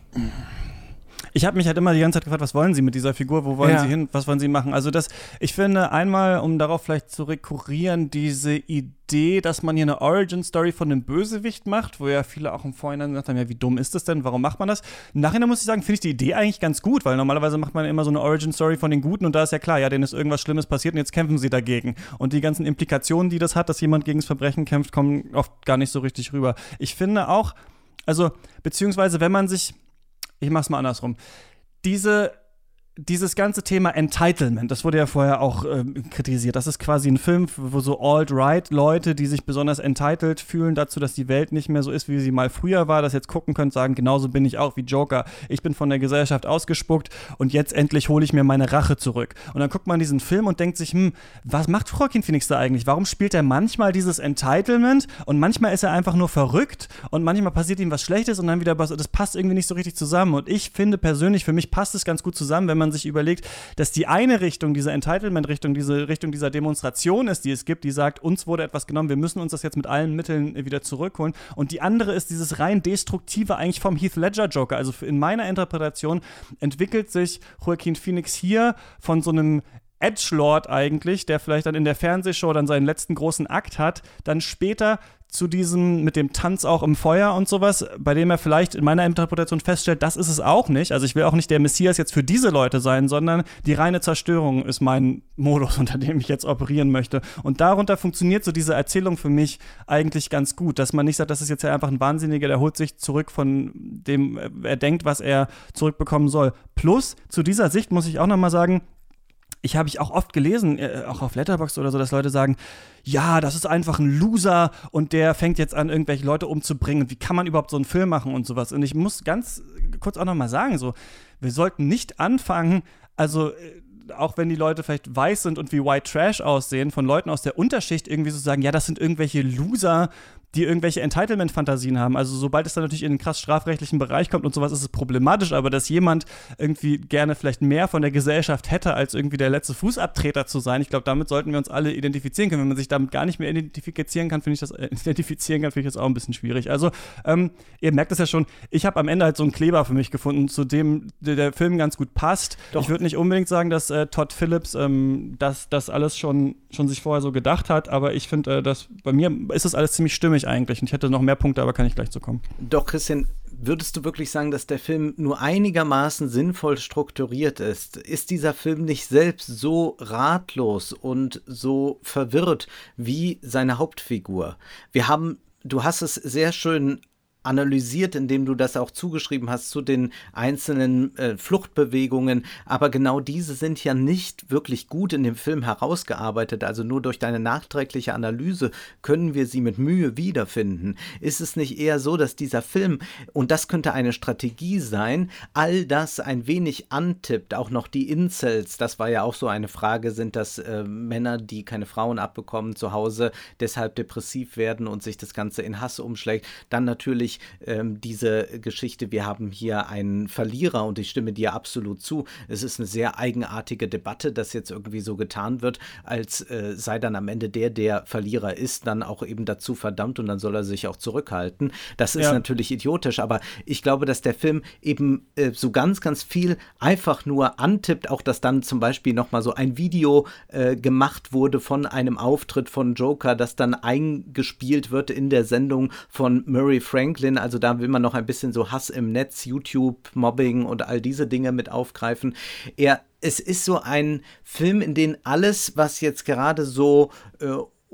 Ich habe mich halt immer die ganze Zeit gefragt, was wollen sie mit dieser Figur, wo wollen ja. sie hin, was wollen sie machen? Also das, ich finde einmal, um darauf vielleicht zu rekurrieren, diese Idee, dass man hier eine Origin-Story von einem Bösewicht macht, wo ja viele auch im Vorhinein gesagt haben, ja, wie dumm ist das denn, warum macht man das? Im Nachhinein muss ich sagen, finde ich die Idee eigentlich ganz gut, weil normalerweise macht man immer so eine Origin-Story von den Guten und da ist ja klar, ja, denen ist irgendwas Schlimmes passiert und jetzt kämpfen sie dagegen. Und die ganzen Implikationen, die das hat, dass jemand gegen das Verbrechen kämpft, kommen oft gar nicht so richtig rüber. Ich finde auch, also, beziehungsweise wenn man sich Ich mach's mal andersrum. Diese, dieses ganze Thema Entitlement, das wurde ja vorher auch äh, kritisiert. Das ist quasi ein Film, wo so Alt-Right-Leute, die sich besonders entitled fühlen dazu, dass die Welt nicht mehr so ist, wie sie mal früher war, das jetzt gucken können, sagen, genauso bin ich auch wie Joker. Ich bin von der Gesellschaft ausgespuckt und jetzt endlich hole ich mir meine Rache zurück. Und dann guckt man diesen Film und denkt sich, hm, was macht Joaquin Phoenix da eigentlich? Warum spielt er manchmal dieses Entitlement und manchmal ist er einfach nur verrückt und manchmal passiert ihm was Schlechtes und dann wieder was, das passt irgendwie nicht so richtig zusammen. Und ich finde persönlich, für mich passt es ganz gut zusammen, wenn man sich überlegt, dass die eine Richtung, diese Entitlement-Richtung, diese Richtung dieser Demonstration ist, die es gibt, die sagt, uns wurde etwas genommen, wir müssen uns das jetzt mit allen Mitteln wieder zurückholen. Und die andere ist dieses rein Destruktive eigentlich vom Heath Ledger Joker. Also in meiner Interpretation entwickelt sich Joaquin Phoenix hier von so einem Edgelord eigentlich, der vielleicht dann in der Fernsehshow dann seinen letzten großen Akt hat, dann später zu diesem mit dem Tanz auch im Feuer und sowas, bei dem er vielleicht in meiner Interpretation feststellt, das ist es auch nicht. Also ich will auch nicht der Messias jetzt für diese Leute sein, sondern die reine Zerstörung ist mein Modus, unter dem ich jetzt operieren möchte. Und darunter funktioniert so diese Erzählung für mich eigentlich ganz gut, dass man nicht sagt, das ist jetzt ja einfach ein Wahnsinniger, der holt sich zurück von dem, er denkt, was er zurückbekommen soll. Plus, zu dieser Sicht muss ich auch noch mal sagen, ich habe ich auch oft gelesen, äh, auch auf Letterboxd oder so, dass Leute sagen, ja, das ist einfach ein Loser und der fängt jetzt an, irgendwelche Leute umzubringen. Wie kann man überhaupt so einen Film machen und sowas? Und ich muss ganz kurz auch noch mal sagen, so, wir sollten nicht anfangen, also auch wenn die Leute vielleicht weiß sind und wie White Trash aussehen, von Leuten aus der Unterschicht irgendwie so sagen, ja, das sind irgendwelche Loser, die irgendwelche Entitlement-Fantasien haben. Also sobald es dann natürlich in den krass strafrechtlichen Bereich kommt und sowas, ist es problematisch, aber dass jemand irgendwie gerne vielleicht mehr von der Gesellschaft hätte, als irgendwie der letzte Fußabtreter zu sein, ich glaube, damit sollten wir uns alle identifizieren können. Wenn man sich damit gar nicht mehr identifizieren kann, finde ich das, äh, identifizieren kann, finde ich das auch ein bisschen schwierig. Also, ähm, ihr merkt es ja schon, ich habe am Ende halt so einen Kleber für mich gefunden, zu dem der, der Film ganz gut passt. Doch. Ich würde nicht unbedingt sagen, dass äh, Todd Phillips ähm, das, das alles schon, schon sich vorher so gedacht hat, aber ich finde, äh, dass bei mir ist das alles ziemlich stimmig eigentlich. Und ich hätte noch mehr Punkte, aber kann ich gleich zu kommen. Doch, Christian, würdest du wirklich sagen, dass der Film nur einigermaßen sinnvoll strukturiert ist? Ist dieser Film nicht selbst so ratlos und so verwirrt wie seine Hauptfigur? Wir haben, du hast es sehr schön analysiert, indem du das auch zugeschrieben hast zu den einzelnen äh, Fluchtbewegungen, aber genau diese sind ja nicht wirklich gut in dem Film herausgearbeitet, also nur durch deine nachträgliche Analyse können wir sie mit Mühe wiederfinden. Ist es nicht eher so, dass dieser Film, und das könnte eine Strategie sein, all das ein wenig antippt, auch noch die Incels, das war ja auch so eine Frage, sind das äh, Männer, die keine Frauen abbekommen zu Hause, deshalb depressiv werden und sich das Ganze in Hass umschlägt, dann natürlich ähm, diese Geschichte, wir haben hier einen Verlierer und ich stimme dir absolut zu. Es ist eine sehr eigenartige Debatte, dass jetzt irgendwie so getan wird, als äh, sei dann am Ende der, der Verlierer ist, dann auch eben dazu verdammt und dann soll er sich auch zurückhalten. Das ist ja natürlich idiotisch, aber ich glaube, dass der Film eben äh, so ganz, ganz viel einfach nur antippt, auch dass dann zum Beispiel nochmal so ein Video äh, gemacht wurde von einem Auftritt von Joker, das dann eingespielt wird in der Sendung von Murray Franklin. Also da will man noch ein bisschen so Hass im Netz, YouTube, Mobbing und all diese Dinge mit aufgreifen. Er, es ist so ein Film, in dem alles, was jetzt gerade so äh,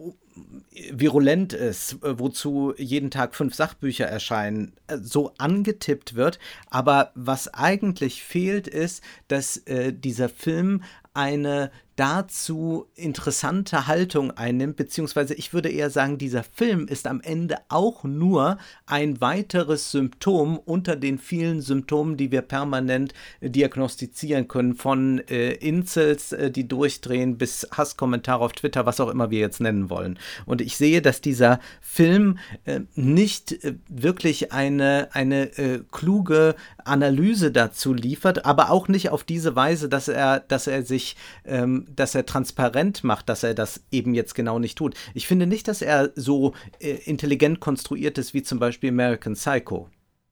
virulent ist, wozu jeden Tag fünf Sachbücher erscheinen, so angetippt wird. Aber was eigentlich fehlt, ist, dass äh, dieser Film eine dazu interessante Haltung einnimmt, beziehungsweise ich würde eher sagen, dieser Film ist am Ende auch nur ein weiteres Symptom unter den vielen Symptomen, die wir permanent äh, diagnostizieren können, von äh, Incels, äh, die durchdrehen, bis Hasskommentare auf Twitter, was auch immer wir jetzt nennen wollen. Und ich sehe, dass dieser Film äh, nicht äh, wirklich eine, eine äh, kluge Analyse dazu liefert, aber auch nicht auf diese Weise, dass er, dass er sich, ähm, dass er transparent macht, dass er das eben jetzt genau nicht tut. Ich finde nicht, dass er so äh, intelligent konstruiert ist wie zum Beispiel American Psycho.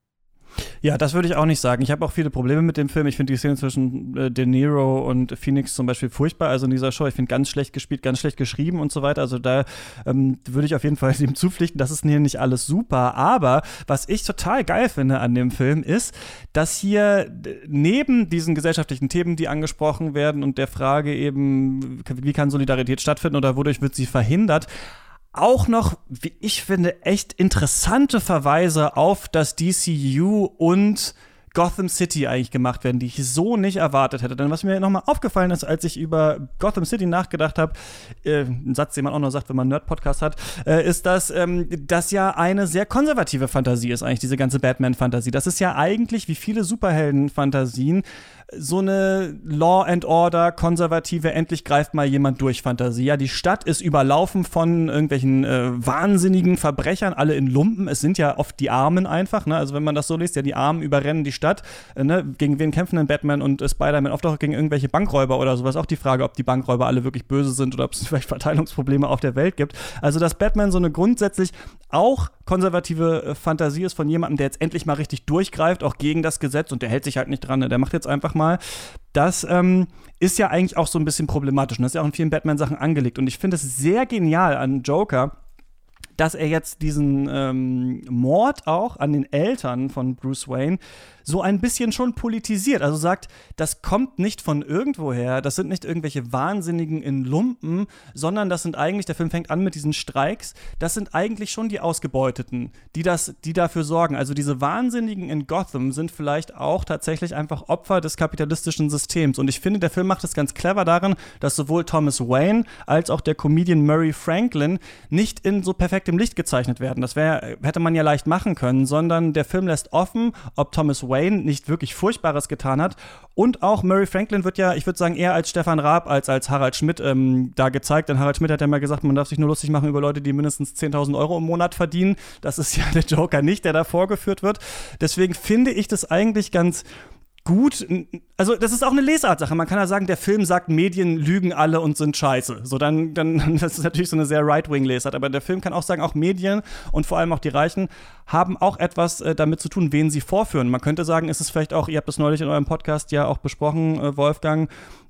Ja, das würde ich auch nicht sagen. Ich habe auch viele Probleme mit dem Film. Ich finde die Szene zwischen äh, De Niro und Phoenix zum Beispiel furchtbar, also in dieser Show. Ich finde ganz schlecht gespielt, ganz schlecht geschrieben und so weiter. Also da ähm, würde ich auf jeden Fall ihm zupflichten, das ist hier nicht alles super. Aber was ich total geil finde an dem Film ist, dass hier neben diesen gesellschaftlichen Themen, die angesprochen werden und der Frage eben, wie kann Solidarität stattfinden oder wodurch wird sie verhindert, auch noch, wie ich finde, echt interessante Verweise auf das D C U und Gotham City eigentlich gemacht werden, die ich so nicht erwartet hätte. Denn was mir nochmal aufgefallen ist, als ich über Gotham City nachgedacht habe, äh, ein Satz, den man auch noch sagt, wenn man einen Nerd-Podcast hat, äh, ist, dass ähm, das ja eine sehr konservative Fantasie ist, eigentlich diese ganze Batman-Fantasie. Das ist ja eigentlich, wie viele Superhelden-Fantasien, so eine Law and Order, konservative, endlich greift mal jemand durch Fantasie. Ja, die Stadt ist überlaufen von irgendwelchen äh, wahnsinnigen Verbrechern, alle in Lumpen. Es sind ja oft die Armen einfach, ne? Also wenn man das so liest, ja, die Armen überrennen die Stadt. Äh, ne? Gegen wen kämpfen denn Batman und äh, Spider-Man? Oft auch gegen irgendwelche Bankräuber oder sowas. Auch die Frage, ob die Bankräuber alle wirklich böse sind oder ob es vielleicht Verteilungsprobleme auf der Welt gibt. Also dass Batman so eine grundsätzlich auch konservative äh, Fantasie ist von jemandem, der jetzt endlich mal richtig durchgreift, auch gegen das Gesetz, und der hält sich halt nicht dran, ne? Der macht jetzt einfach mal. Das ähm, ist ja eigentlich auch so ein bisschen problematisch. Und das ist ja auch in vielen Batman-Sachen angelegt. Und ich finde es sehr genial an Joker, dass er jetzt diesen ähm, Mord auch an den Eltern von Bruce Wayne so ein bisschen schon politisiert. Also sagt, das kommt nicht von irgendwoher, das sind nicht irgendwelche Wahnsinnigen in Lumpen, sondern das sind eigentlich, der Film fängt an mit diesen Streiks, das sind eigentlich schon die Ausgebeuteten, die, das, die dafür sorgen. Also diese Wahnsinnigen in Gotham sind vielleicht auch tatsächlich einfach Opfer des kapitalistischen Systems. Und ich finde, der Film macht es ganz clever darin, dass sowohl Thomas Wayne als auch der Comedian Murray Franklin nicht in so perfektem Licht gezeichnet werden. Das wär, hätte man ja leicht machen können, sondern der Film lässt offen, ob Thomas Wayne nicht wirklich Furchtbares getan hat. Und auch Murray Franklin wird ja, ich würde sagen, eher als Stefan Raab als als Harald Schmidt ähm, da gezeigt. Denn Harald Schmidt hat ja mal gesagt, man darf sich nur lustig machen über Leute, die mindestens zehntausend Euro im Monat verdienen. Das ist ja der Joker nicht, der da vorgeführt wird. Deswegen finde ich das eigentlich ganz gut. Also das ist auch eine Lesartsache. Man kann ja sagen, der Film sagt, Medien lügen alle und sind scheiße. So, dann, dann, das ist natürlich so eine sehr Right-Wing-Lesart. Aber der Film kann auch sagen, auch Medien und vor allem auch die Reichen haben auch etwas äh, damit zu tun, wen sie vorführen. Man könnte sagen, ist es vielleicht auch, ihr habt das neulich in eurem Podcast ja auch besprochen, äh, Wolfgang,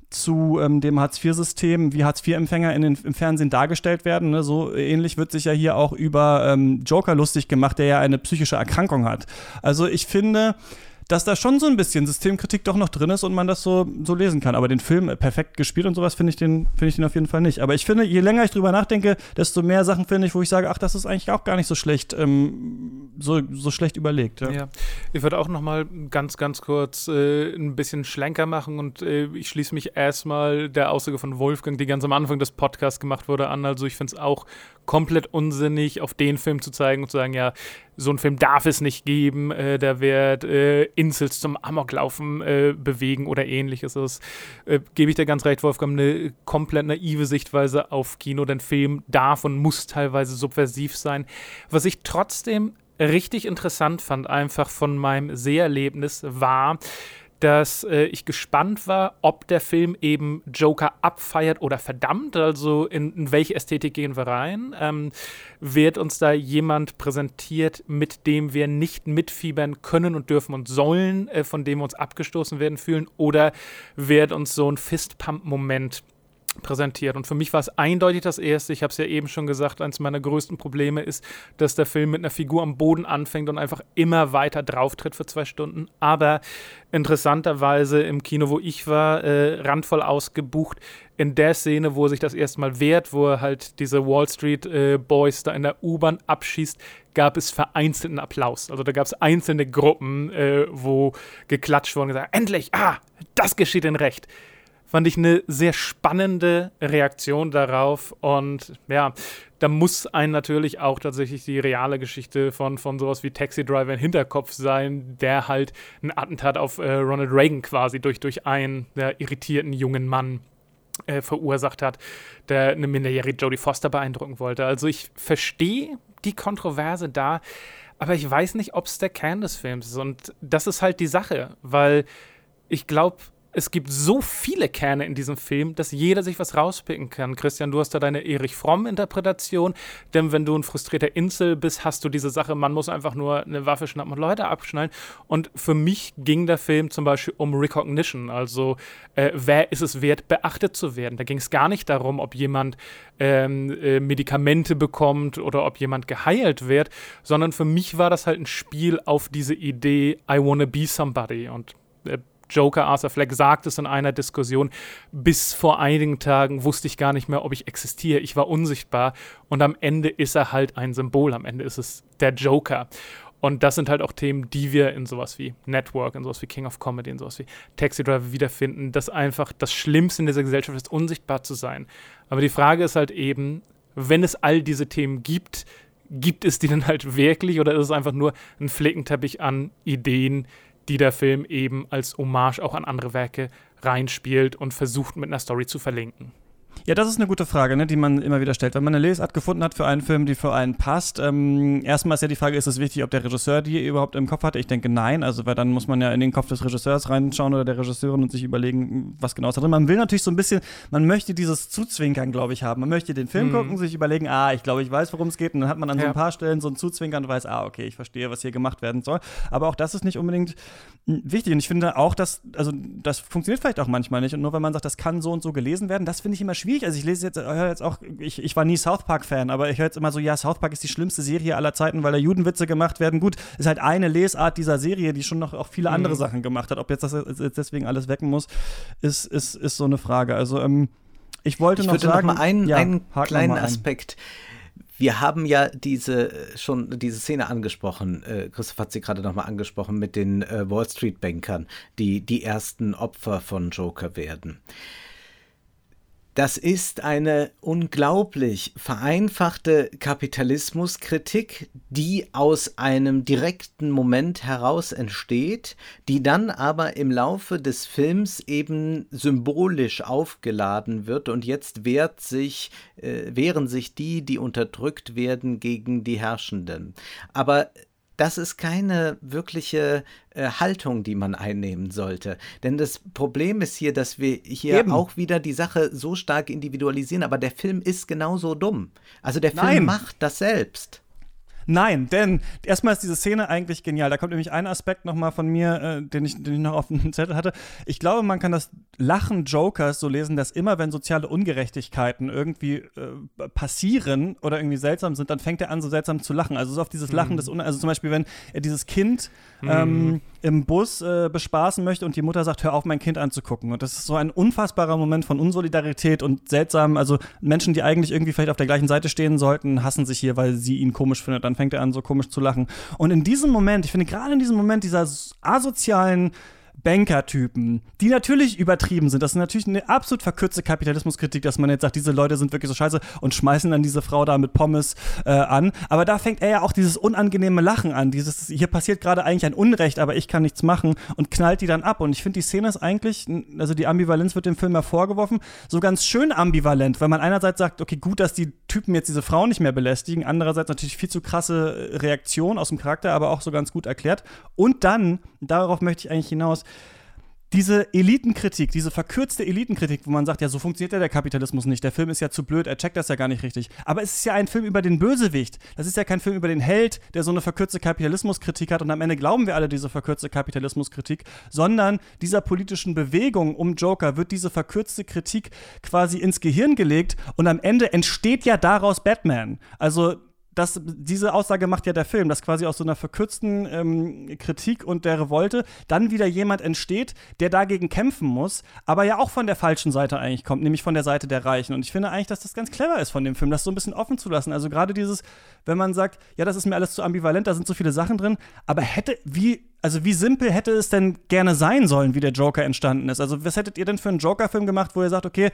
zu ähm, dem Hartz vier System, wie Hartz vier Empfänger in den, im Fernsehen dargestellt werden. Ne? So ähnlich wird sich ja hier auch über ähm, Joker lustig gemacht, der ja eine psychische Erkrankung hat. Also ich finde, dass da schon so ein bisschen Systemkritik doch noch drin ist und man das so, so lesen kann. Aber den Film perfekt gespielt und sowas finde ich, den, find ich den auf jeden Fall nicht. Aber ich finde, je länger ich drüber nachdenke, desto mehr Sachen finde ich, wo ich sage, ach, das ist eigentlich auch gar nicht so schlecht, ähm, so, so schlecht überlegt. Ja. Ja. Ich würde auch noch mal ganz, ganz kurz äh, ein bisschen Schlenker machen und äh, ich schließe mich erstmal der Aussage von Wolfgang, die ganz am Anfang des Podcasts gemacht wurde, an. Also ich finde es auch komplett unsinnig, auf den Film zu zeigen und zu sagen, ja, so einen Film darf es nicht geben, äh, der wird äh, Incels zum Amoklaufen äh, bewegen oder ähnliches. Das äh, gebe ich dir ganz recht, Wolfgang, eine komplett naive Sichtweise auf Kino, denn Film darf und muss teilweise subversiv sein. Was ich trotzdem richtig interessant fand, einfach von meinem Seherlebnis, war, dass äh, ich gespannt war, ob der Film eben Joker abfeiert oder verdammt, also in, in welche Ästhetik gehen wir rein. Ähm, wird uns da jemand präsentiert, mit dem wir nicht mitfiebern können und dürfen und sollen, äh, von dem wir uns abgestoßen werden fühlen, oder wird uns so ein Fistpump-Moment präsentiert. Und für mich war es eindeutig das Erste, ich habe es ja eben schon gesagt, eines meiner größten Probleme ist, dass der Film mit einer Figur am Boden anfängt und einfach immer weiter drauftritt für zwei Stunden. Aber interessanterweise im Kino, wo ich war, äh, randvoll ausgebucht, in der Szene, wo er sich das erste Mal wehrt, wo er halt diese Wall Street äh, Boys da in der U-Bahn abschießt, gab es vereinzelten Applaus. Also da gab es einzelne Gruppen, äh, wo geklatscht wurde und gesagt, endlich, ah, das geschieht in Recht. fand ich eine sehr spannende Reaktion darauf. Und ja, da muss einem natürlich auch tatsächlich die reale Geschichte von, von sowas wie Taxi Driver im Hinterkopf sein, der halt ein Attentat auf äh, Ronald Reagan quasi durch, durch einen der irritierten jungen Mann äh, verursacht hat, der eine minderjährige Jodie Foster beeindrucken wollte. Also ich verstehe die Kontroverse da, aber ich weiß nicht, ob es der Kern des Films ist. Und das ist halt die Sache, weil ich glaube, es gibt so viele Kerne in diesem Film, dass jeder sich was rauspicken kann. Christian, du hast da deine Erich Fromm-Interpretation, denn wenn du ein frustrierter Insel bist, hast du diese Sache, man muss einfach nur eine Waffe schnappen und Leute abschnallen. Und für mich ging der Film zum Beispiel um Recognition, also äh, wer ist es wert, beachtet zu werden. Da ging es gar nicht darum, ob jemand ähm, äh, Medikamente bekommt oder ob jemand geheilt wird, sondern für mich war das halt ein Spiel auf diese Idee, I wanna be somebody. Und äh, Joker, Arthur Fleck, sagt es in einer Diskussion, bis vor einigen Tagen wusste ich gar nicht mehr, ob ich existiere. Ich war unsichtbar und am Ende ist er halt ein Symbol. Am Ende ist es der Joker. Und das sind halt auch Themen, die wir in sowas wie Network, in sowas wie King of Comedy, in sowas wie Taxi Driver wiederfinden, dass einfach das Schlimmste in dieser Gesellschaft ist, unsichtbar zu sein. Aber die Frage ist halt eben, wenn es all diese Themen gibt, gibt es die denn halt wirklich oder ist es einfach nur ein Flickenteppich an Ideen, die der Film eben als Hommage auch an andere Werke reinspielt und versucht, mit einer Story zu verlinken? Ja, das ist eine gute Frage, ne, die man immer wieder stellt. Wenn man eine Lesart gefunden hat für einen Film, die für einen passt, ähm, erstmal ist ja die Frage, ist es wichtig, ob der Regisseur die überhaupt im Kopf hatte? Ich denke, nein, also weil dann muss man ja in den Kopf des Regisseurs reinschauen oder der Regisseurin und sich überlegen, was genau ist da drin. Man will natürlich so ein bisschen, man möchte dieses Zuzwinkern, glaube ich, haben. Man möchte den Film mhm. gucken, sich überlegen, ah, ich glaube, ich weiß, worum es geht. Und dann hat man an ja. so ein paar Stellen so ein Zuzwinkern und weiß, ah, okay, ich verstehe, was hier gemacht werden soll. Aber auch das ist nicht unbedingt wichtig. Und ich finde auch, dass, also das funktioniert vielleicht auch manchmal nicht. Und nur wenn man sagt, das kann so und so gelesen werden, das finde ich immer schwierig. Also ich lese jetzt, höre jetzt auch, ich, ich war nie South Park-Fan, aber ich höre jetzt immer so, ja, South Park ist die schlimmste Serie aller Zeiten, weil da Judenwitze gemacht werden. Gut, ist halt eine Lesart dieser Serie, die schon noch auch viele andere mhm. Sachen gemacht hat. Ob jetzt das jetzt deswegen alles wecken muss, ist, ist, ist so eine Frage. Also ähm, ich wollte ich noch würde sagen, noch mal einen, ja, einen kleinen ein. Aspekt. Wir haben ja diese schon diese Szene angesprochen, äh, Christoph hat sie gerade nochmal angesprochen, mit den äh, Wall Street Bankern, die die ersten Opfer von Joker werden. Das ist eine unglaublich vereinfachte Kapitalismuskritik, die aus einem direkten Moment heraus entsteht, die dann aber im Laufe des Films eben symbolisch aufgeladen wird und jetzt wehrt sich, äh, wehren sich die, die unterdrückt werden, gegen die Herrschenden. Aber das ist keine wirkliche äh, Haltung, die man einnehmen sollte. Denn das Problem ist hier, dass wir hier Eben. auch wieder die Sache so stark individualisieren, aber der Film ist genauso dumm. Also der Film Nein. macht das selbst. Nein, denn erstmal ist diese Szene eigentlich genial. Da kommt nämlich ein Aspekt nochmal von mir, äh, den, ich, den ich noch auf dem Zettel hatte. Ich glaube, man kann das Lachen Jokers so lesen, dass immer, wenn soziale Ungerechtigkeiten irgendwie äh, passieren oder irgendwie seltsam sind, dann fängt er an, so seltsam zu lachen. Also so auf dieses Lachen mhm. des Un- Also zum Beispiel, wenn er dieses Kind mhm. ähm, im Bus äh, bespaßen möchte und die Mutter sagt, hör auf, mein Kind anzugucken. Und das ist so ein unfassbarer Moment von Unsolidarität und seltsam. Also Menschen, die eigentlich irgendwie vielleicht auf der gleichen Seite stehen sollten, hassen sich hier, weil sie ihn komisch findet. Dann fängt er an, so komisch zu lachen. Und in diesem Moment, ich finde gerade in diesem Moment dieser asozialen Banker-Typen, die natürlich übertrieben sind. Das ist natürlich eine absolut verkürzte Kapitalismuskritik, dass man jetzt sagt, diese Leute sind wirklich so scheiße und schmeißen dann diese Frau da mit Pommes äh, an. Aber da fängt er ja auch dieses unangenehme Lachen an. Dieses, hier passiert gerade eigentlich ein Unrecht, aber ich kann nichts machen und knallt die dann ab. Und ich finde, die Szene ist eigentlich, also die Ambivalenz wird dem Film hervorgeworfen, so ganz schön ambivalent, weil man einerseits sagt, okay, gut, dass die Typen jetzt diese Frau nicht mehr belästigen, andererseits natürlich viel zu krasse Reaktion aus dem Charakter, aber auch so ganz gut erklärt. Und dann, darauf möchte ich eigentlich hinaus, diese Elitenkritik, diese verkürzte Elitenkritik, wo man sagt, ja, so funktioniert ja der Kapitalismus nicht. Der Film ist ja zu blöd, er checkt das ja gar nicht richtig. Aber es ist ja ein Film über den Bösewicht. Das ist ja kein Film über den Held, der so eine verkürzte Kapitalismuskritik hat und am Ende glauben wir alle diese verkürzte Kapitalismuskritik, sondern dieser politischen Bewegung um Joker wird diese verkürzte Kritik quasi ins Gehirn gelegt und am Ende entsteht ja daraus Batman. Also Das, diese Aussage macht ja der Film, dass quasi aus so einer verkürzten ähm, Kritik und der Revolte dann wieder jemand entsteht, der dagegen kämpfen muss, aber ja auch von der falschen Seite eigentlich kommt, nämlich von der Seite der Reichen. Und ich finde eigentlich, dass das ganz clever ist von dem Film, das so ein bisschen offen zu lassen. Also gerade dieses, wenn man sagt, ja, das ist mir alles zu ambivalent, da sind so viele Sachen drin, aber hätte, wie, also wie simpel hätte es denn gerne sein sollen, wie der Joker entstanden ist? Also was hättet ihr denn für einen Joker-Film gemacht, wo ihr sagt, okay,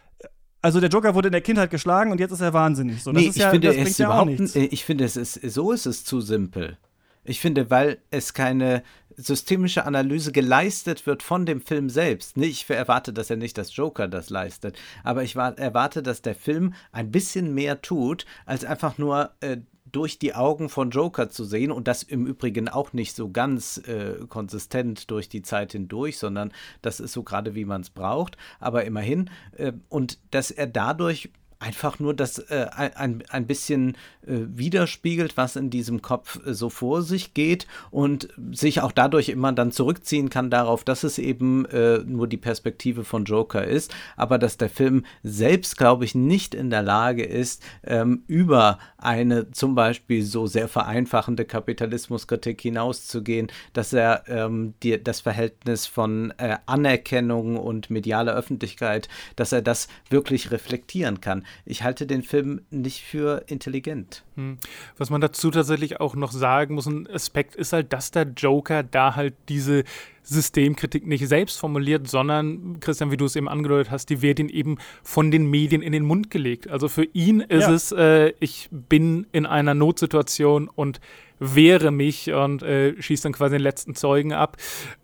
also der Joker wurde in der Kindheit geschlagen und jetzt ist er wahnsinnig. So, das nee, ist ja, ich finde, das es bringt ja auch überhaupt, nichts. Ich finde, es ist, so ist es zu simpel. Ich finde, weil es keine systemische Analyse geleistet wird von dem Film selbst. Ich erwarte, dass er nicht das Joker das leistet, aber ich erwarte, dass der Film ein bisschen mehr tut, als einfach nur äh, durch die Augen von Joker zu sehen und das im Übrigen auch nicht so ganz äh, konsistent durch die Zeit hindurch, sondern das ist so gerade, wie man es braucht, aber immerhin. Äh, und dass er dadurch einfach nur das äh, ein, ein bisschen äh, widerspiegelt, was in diesem Kopf äh, so vor sich geht und sich auch dadurch immer dann zurückziehen kann darauf, dass es eben äh, nur die Perspektive von Joker ist, aber dass der Film selbst, glaube ich, nicht in der Lage ist, ähm, über eine zum Beispiel so sehr vereinfachende Kapitalismuskritik hinauszugehen, dass er ähm, die, das Verhältnis von äh, Anerkennung und medialer Öffentlichkeit, dass er das wirklich reflektieren kann. Ich halte den Film nicht für intelligent. Hm. Was man dazu tatsächlich auch noch sagen muss, ein Aspekt ist halt, dass der Joker da halt diese Systemkritik nicht selbst formuliert, sondern, Christian, wie du es eben angedeutet hast, die wird ihm eben von den Medien in den Mund gelegt. Also für ihn ist ja. es, äh, ich bin in einer Notsituation und wehre mich und äh, schießt dann quasi den letzten Zeugen ab.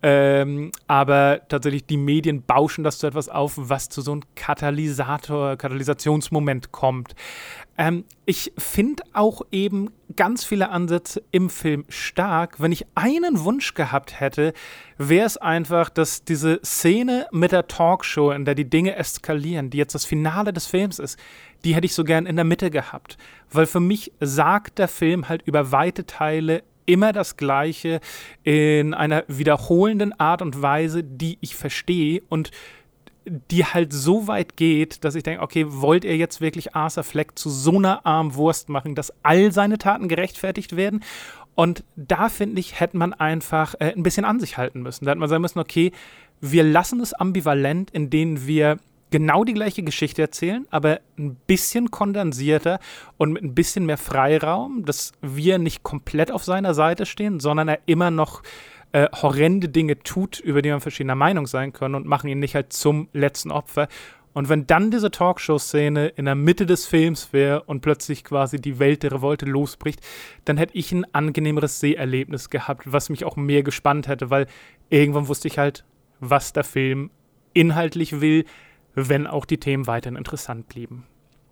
Ähm, aber tatsächlich die Medien bauschen das zu etwas auf, was zu so einem Katalysator, Katalysationsmoment kommt. Ähm, ich finde auch eben ganz viele Ansätze im Film stark. Wenn ich einen Wunsch gehabt hätte, wäre es einfach, dass diese Szene mit der Talkshow, in der die Dinge eskalieren, die jetzt das Finale des Films ist, die hätte ich so gern in der Mitte gehabt. Weil für mich sagt der Film halt über weite Teile immer das Gleiche in einer wiederholenden Art und Weise, die ich verstehe und die halt so weit geht, dass ich denke, okay, wollt ihr jetzt wirklich Arthur Fleck zu so einer armen Wurst machen, dass all seine Taten gerechtfertigt werden? Und da, finde ich, hätte man einfach äh, ein bisschen an sich halten müssen. Da hätte man sagen müssen, okay, wir lassen es ambivalent, indem wir genau die gleiche Geschichte erzählen, aber ein bisschen kondensierter und mit ein bisschen mehr Freiraum, dass wir nicht komplett auf seiner Seite stehen, sondern er immer noch äh, horrende Dinge tut, über die man verschiedener Meinung sein können und machen ihn nicht halt zum letzten Opfer. Und wenn dann diese Talkshow-Szene in der Mitte des Films wäre und plötzlich quasi die Welt der Revolte losbricht, dann hätte ich ein angenehmeres Seherlebnis gehabt, was mich auch mehr gespannt hätte, weil irgendwann wusste ich halt, was der Film inhaltlich will, wenn auch die Themen weiterhin interessant blieben.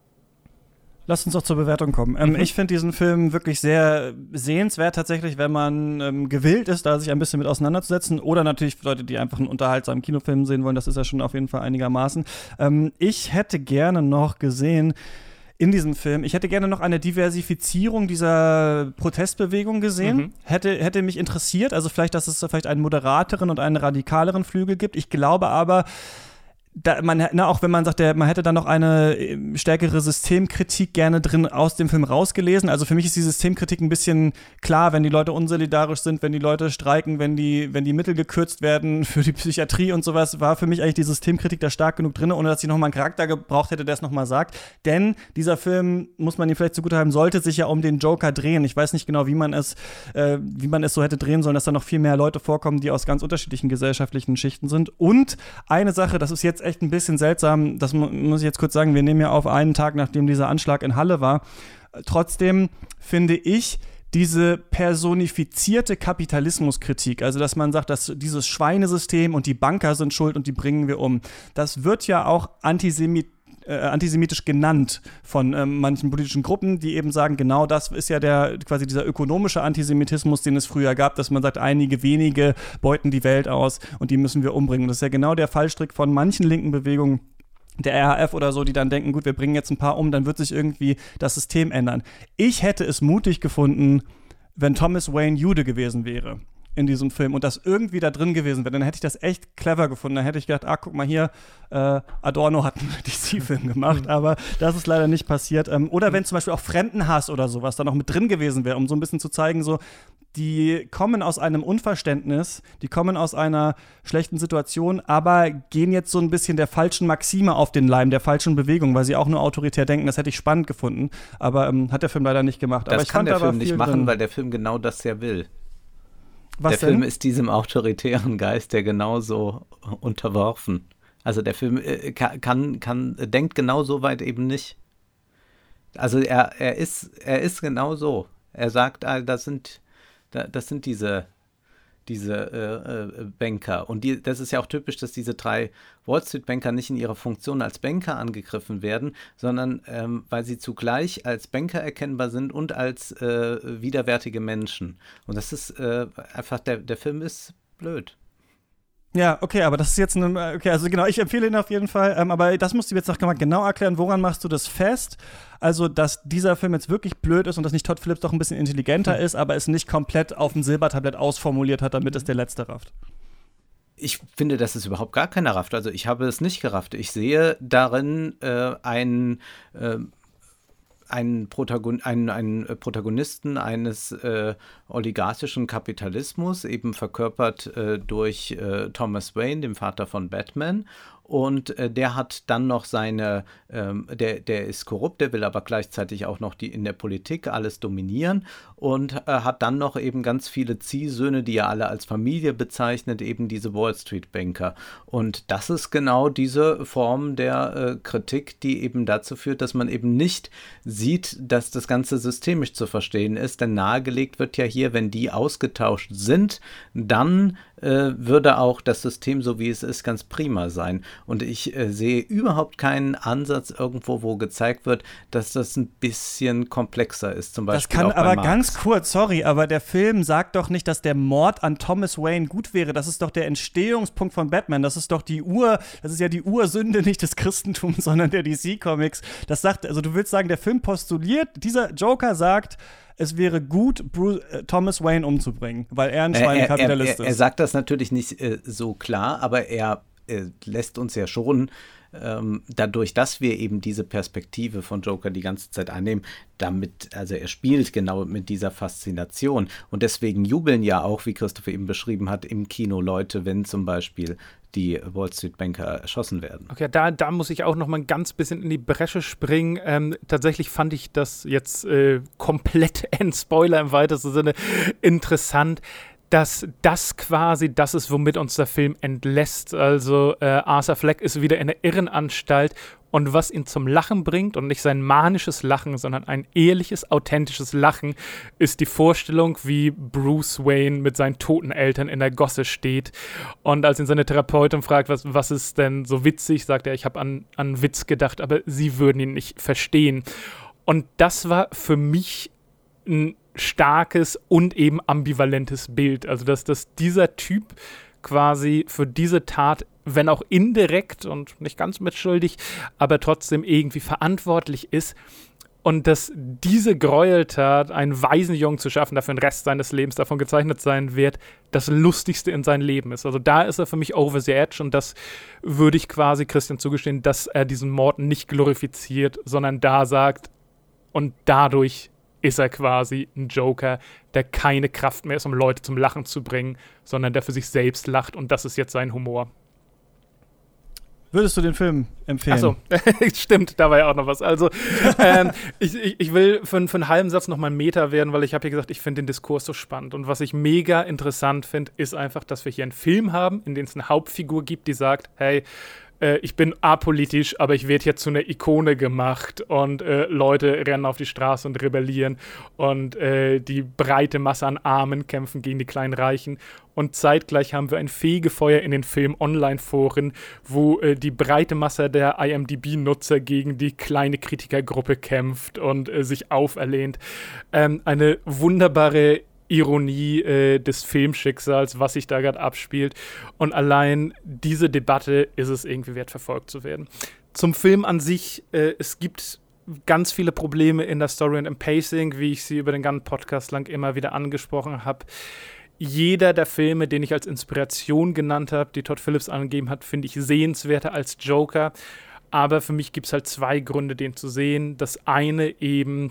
Lass uns doch zur Bewertung kommen. Ähm, mhm. Ich finde diesen Film wirklich sehr sehenswert tatsächlich, wenn man ähm, gewillt ist, da sich ein bisschen mit auseinanderzusetzen. Oder natürlich für Leute, die einfach einen unterhaltsamen Kinofilm sehen wollen. Das ist ja schon auf jeden Fall einigermaßen. Ähm, ich hätte gerne noch gesehen in diesem Film, ich hätte gerne noch eine Diversifizierung dieser Protestbewegung gesehen. Mhm. Hätte, hätte mich interessiert. Also vielleicht, dass es vielleicht einen moderateren und einen radikaleren Flügel gibt. Ich glaube aber, Da, man, na, auch wenn man sagt, der, man hätte da noch eine stärkere Systemkritik gerne drin aus dem Film rausgelesen. Also für mich ist die Systemkritik ein bisschen klar, wenn die Leute unsolidarisch sind, wenn die Leute streiken, wenn die, wenn die Mittel gekürzt werden für die Psychiatrie und sowas, war für mich eigentlich die Systemkritik da stark genug drin, ohne dass ich nochmal einen Charakter gebraucht hätte, der es nochmal sagt. Denn dieser Film, muss man ihm vielleicht zugutehalten, sollte sich ja um den Joker drehen. Ich weiß nicht genau, wie man es, äh, wie man es so hätte drehen sollen, dass da noch viel mehr Leute vorkommen, die aus ganz unterschiedlichen gesellschaftlichen Schichten sind. Und eine Sache, das ist jetzt echt ein bisschen seltsam, das muss ich jetzt kurz sagen, wir nehmen ja auf einen Tag, nachdem dieser Anschlag in Halle war. Trotzdem finde ich diese personifizierte Kapitalismuskritik, also dass man sagt, dass dieses Schweinesystem und die Banker sind schuld und die bringen wir um, das wird ja auch antisemitisch Äh, antisemitisch genannt von ähm, manchen politischen Gruppen, die eben sagen, genau das ist ja der quasi dieser ökonomische Antisemitismus, den es früher gab, dass man sagt, einige wenige beuten die Welt aus und die müssen wir umbringen. Und das ist ja genau der Fallstrick von manchen linken Bewegungen, der R H F oder so, die dann denken, gut, wir bringen jetzt ein paar um, dann wird sich irgendwie das System ändern. Ich hätte es mutig gefunden, wenn Thomas Wayne Jude gewesen wäre in diesem Film und das irgendwie da drin gewesen wäre, dann hätte ich das echt clever gefunden. Dann hätte ich gedacht, ah, guck mal hier, äh, Adorno hat einen D C-Film gemacht, aber das ist leider nicht passiert. Ähm, oder wenn zum Beispiel auch Fremdenhass oder sowas da noch mit drin gewesen wäre, um so ein bisschen zu zeigen, so, die kommen aus einem Unverständnis, die kommen aus einer schlechten Situation, aber gehen jetzt so ein bisschen der falschen Maxime auf den Leim, der falschen Bewegung, weil sie auch nur autoritär denken. Das hätte ich spannend gefunden, aber ähm, hat der Film leider nicht gemacht. Das aber ich kann fand, der da war Film nicht viel machen, drin. weil der Film genau das ja will. Was der denn? Film ist diesem autoritären Geist ja genauso unterworfen. Also der Film äh, kann, kann, kann, denkt genau so weit eben nicht. Also er, er ist, er ist genau so. Er sagt, ah, das sind Das sind diese, diese äh, äh, Banker. Und die, das ist ja auch typisch, dass diese drei Wall Street-Banker nicht in ihrer Funktion als Banker angegriffen werden, sondern ähm, weil sie zugleich als Banker erkennbar sind und als äh, widerwärtige Menschen. Und das ist äh, einfach, der, der Film ist blöd. Ja, okay, aber das ist jetzt eine, okay, also genau, ich empfehle ihn auf jeden Fall, ähm, aber das musst du jetzt noch mal genau erklären, woran machst du das fest? Also, dass dieser Film jetzt wirklich blöd ist und dass nicht Todd Phillips doch ein bisschen intelligenter hm. ist, aber es nicht komplett auf dem Silbertablett ausformuliert hat, damit es der Letzte rafft. Ich finde, das ist überhaupt gar keiner rafft. Also ich habe es nicht gerafft. Ich sehe darin äh, einen äh, Einen, Protagon- einen, einen Protagonisten eines äh, oligarchischen Kapitalismus, eben verkörpert äh, durch äh, Thomas Wayne, dem Vater von Batman. Und äh, der hat dann noch seine, ähm, der, der ist korrupt, der will aber gleichzeitig auch noch die in der Politik alles dominieren und äh, hat dann noch eben ganz viele Ziehsöhne, die er alle als Familie bezeichnet, eben diese Wall Street Banker. Und das ist genau diese Form der äh, Kritik, die eben dazu führt, dass man eben nicht sieht, dass das Ganze systemisch zu verstehen ist, denn nahegelegt wird ja hier, wenn die ausgetauscht sind, dann äh, würde auch das System, so wie es ist, ganz prima sein. Und ich äh, sehe überhaupt keinen Ansatz irgendwo, wo gezeigt wird, dass das ein bisschen komplexer ist. Zum Beispiel das kann auch bei aber Marx. Ganz kurz, sorry, aber der Film sagt doch nicht, dass der Mord an Thomas Wayne gut wäre. Das ist doch der Entstehungspunkt von Batman. Das ist doch die Ur, das ist ja die Ursünde nicht des Christentums, sondern der D C-Comics. Das sagt, also du willst sagen, der Film postuliert, dieser Joker sagt, es wäre gut, Bruce, äh, Thomas Wayne umzubringen, weil er ein Schweinekapitalist ist. Er, er, er sagt das natürlich nicht äh, so klar, aber er äh, lässt uns ja schon ähm, dadurch, dass wir eben diese Perspektive von Joker die ganze Zeit einnehmen, damit, also er spielt genau mit dieser Faszination. Und deswegen jubeln ja auch, wie Christopher eben beschrieben hat, im Kino Leute, wenn zum Beispiel die Wall Street Banker erschossen werden. Okay, da, da muss ich auch noch mal ein ganz bisschen in die Bresche springen. Ähm, tatsächlich fand ich das jetzt äh, komplett ein Spoiler im weitesten Sinne interessant, dass das quasi das ist, womit uns der Film entlässt. Also äh, Arthur Fleck ist wieder in der Irrenanstalt und was ihn zum Lachen bringt und nicht sein manisches Lachen, sondern ein ehrliches, authentisches Lachen, ist die Vorstellung, wie Bruce Wayne mit seinen toten Eltern in der Gosse steht und als ihn seine Therapeutin fragt, was, was ist denn so witzig, sagt er, ich habe an, an Witz gedacht, aber sie würden ihn nicht verstehen. Und das war für mich ein starkes und eben ambivalentes Bild. Also, dass, dass dieser Typ quasi für diese Tat, wenn auch indirekt und nicht ganz mitschuldig, aber trotzdem irgendwie verantwortlich ist und dass diese Gräueltat, einen Waisenjungen zu schaffen, der für den Rest seines Lebens davon gezeichnet sein wird, das Lustigste in seinem Leben ist. Also da ist er für mich over the edge und das würde ich quasi Christian zugestehen, dass er diesen Mord nicht glorifiziert, sondern da sagt und dadurch ist er quasi ein Joker, der keine Kraft mehr ist, um Leute zum Lachen zu bringen, sondern der für sich selbst lacht und das ist jetzt sein Humor. Würdest du den Film empfehlen? Achso, stimmt, da war ja auch noch was. Also, ähm, ich, ich, ich will für, für einen halben Satz nochmal Meta werden, weil ich habe hier gesagt, ich finde den Diskurs so spannend. Und was ich mega interessant finde, ist einfach, dass wir hier einen Film haben, in dem es eine Hauptfigur gibt, die sagt, hey, äh, ich bin apolitisch, aber ich werde hier zu einer Ikone gemacht und äh, Leute rennen auf die Straße und rebellieren und äh, die breite Masse an Armen kämpfen gegen die kleinen Reichen. Und zeitgleich haben wir ein Fegefeuer in den Film-Online-Foren, wo äh, die breite Masse der I M D B-Nutzer gegen die kleine Kritikergruppe kämpft und äh, sich auferlehnt. Ähm, eine wunderbare Ironie äh, des Filmschicksals, was sich da gerade abspielt. Und allein diese Debatte ist es irgendwie wert, verfolgt zu werden. Zum Film an sich, äh, es gibt ganz viele Probleme in der Story und im Pacing, wie ich sie über den ganzen Podcast lang immer wieder angesprochen habe. jeder der Filme, den ich als Inspiration genannt habe, die Todd Phillips angegeben hat, finde ich sehenswerter als Joker. Aber für mich gibt es halt zwei Gründe, den zu sehen. Das eine eben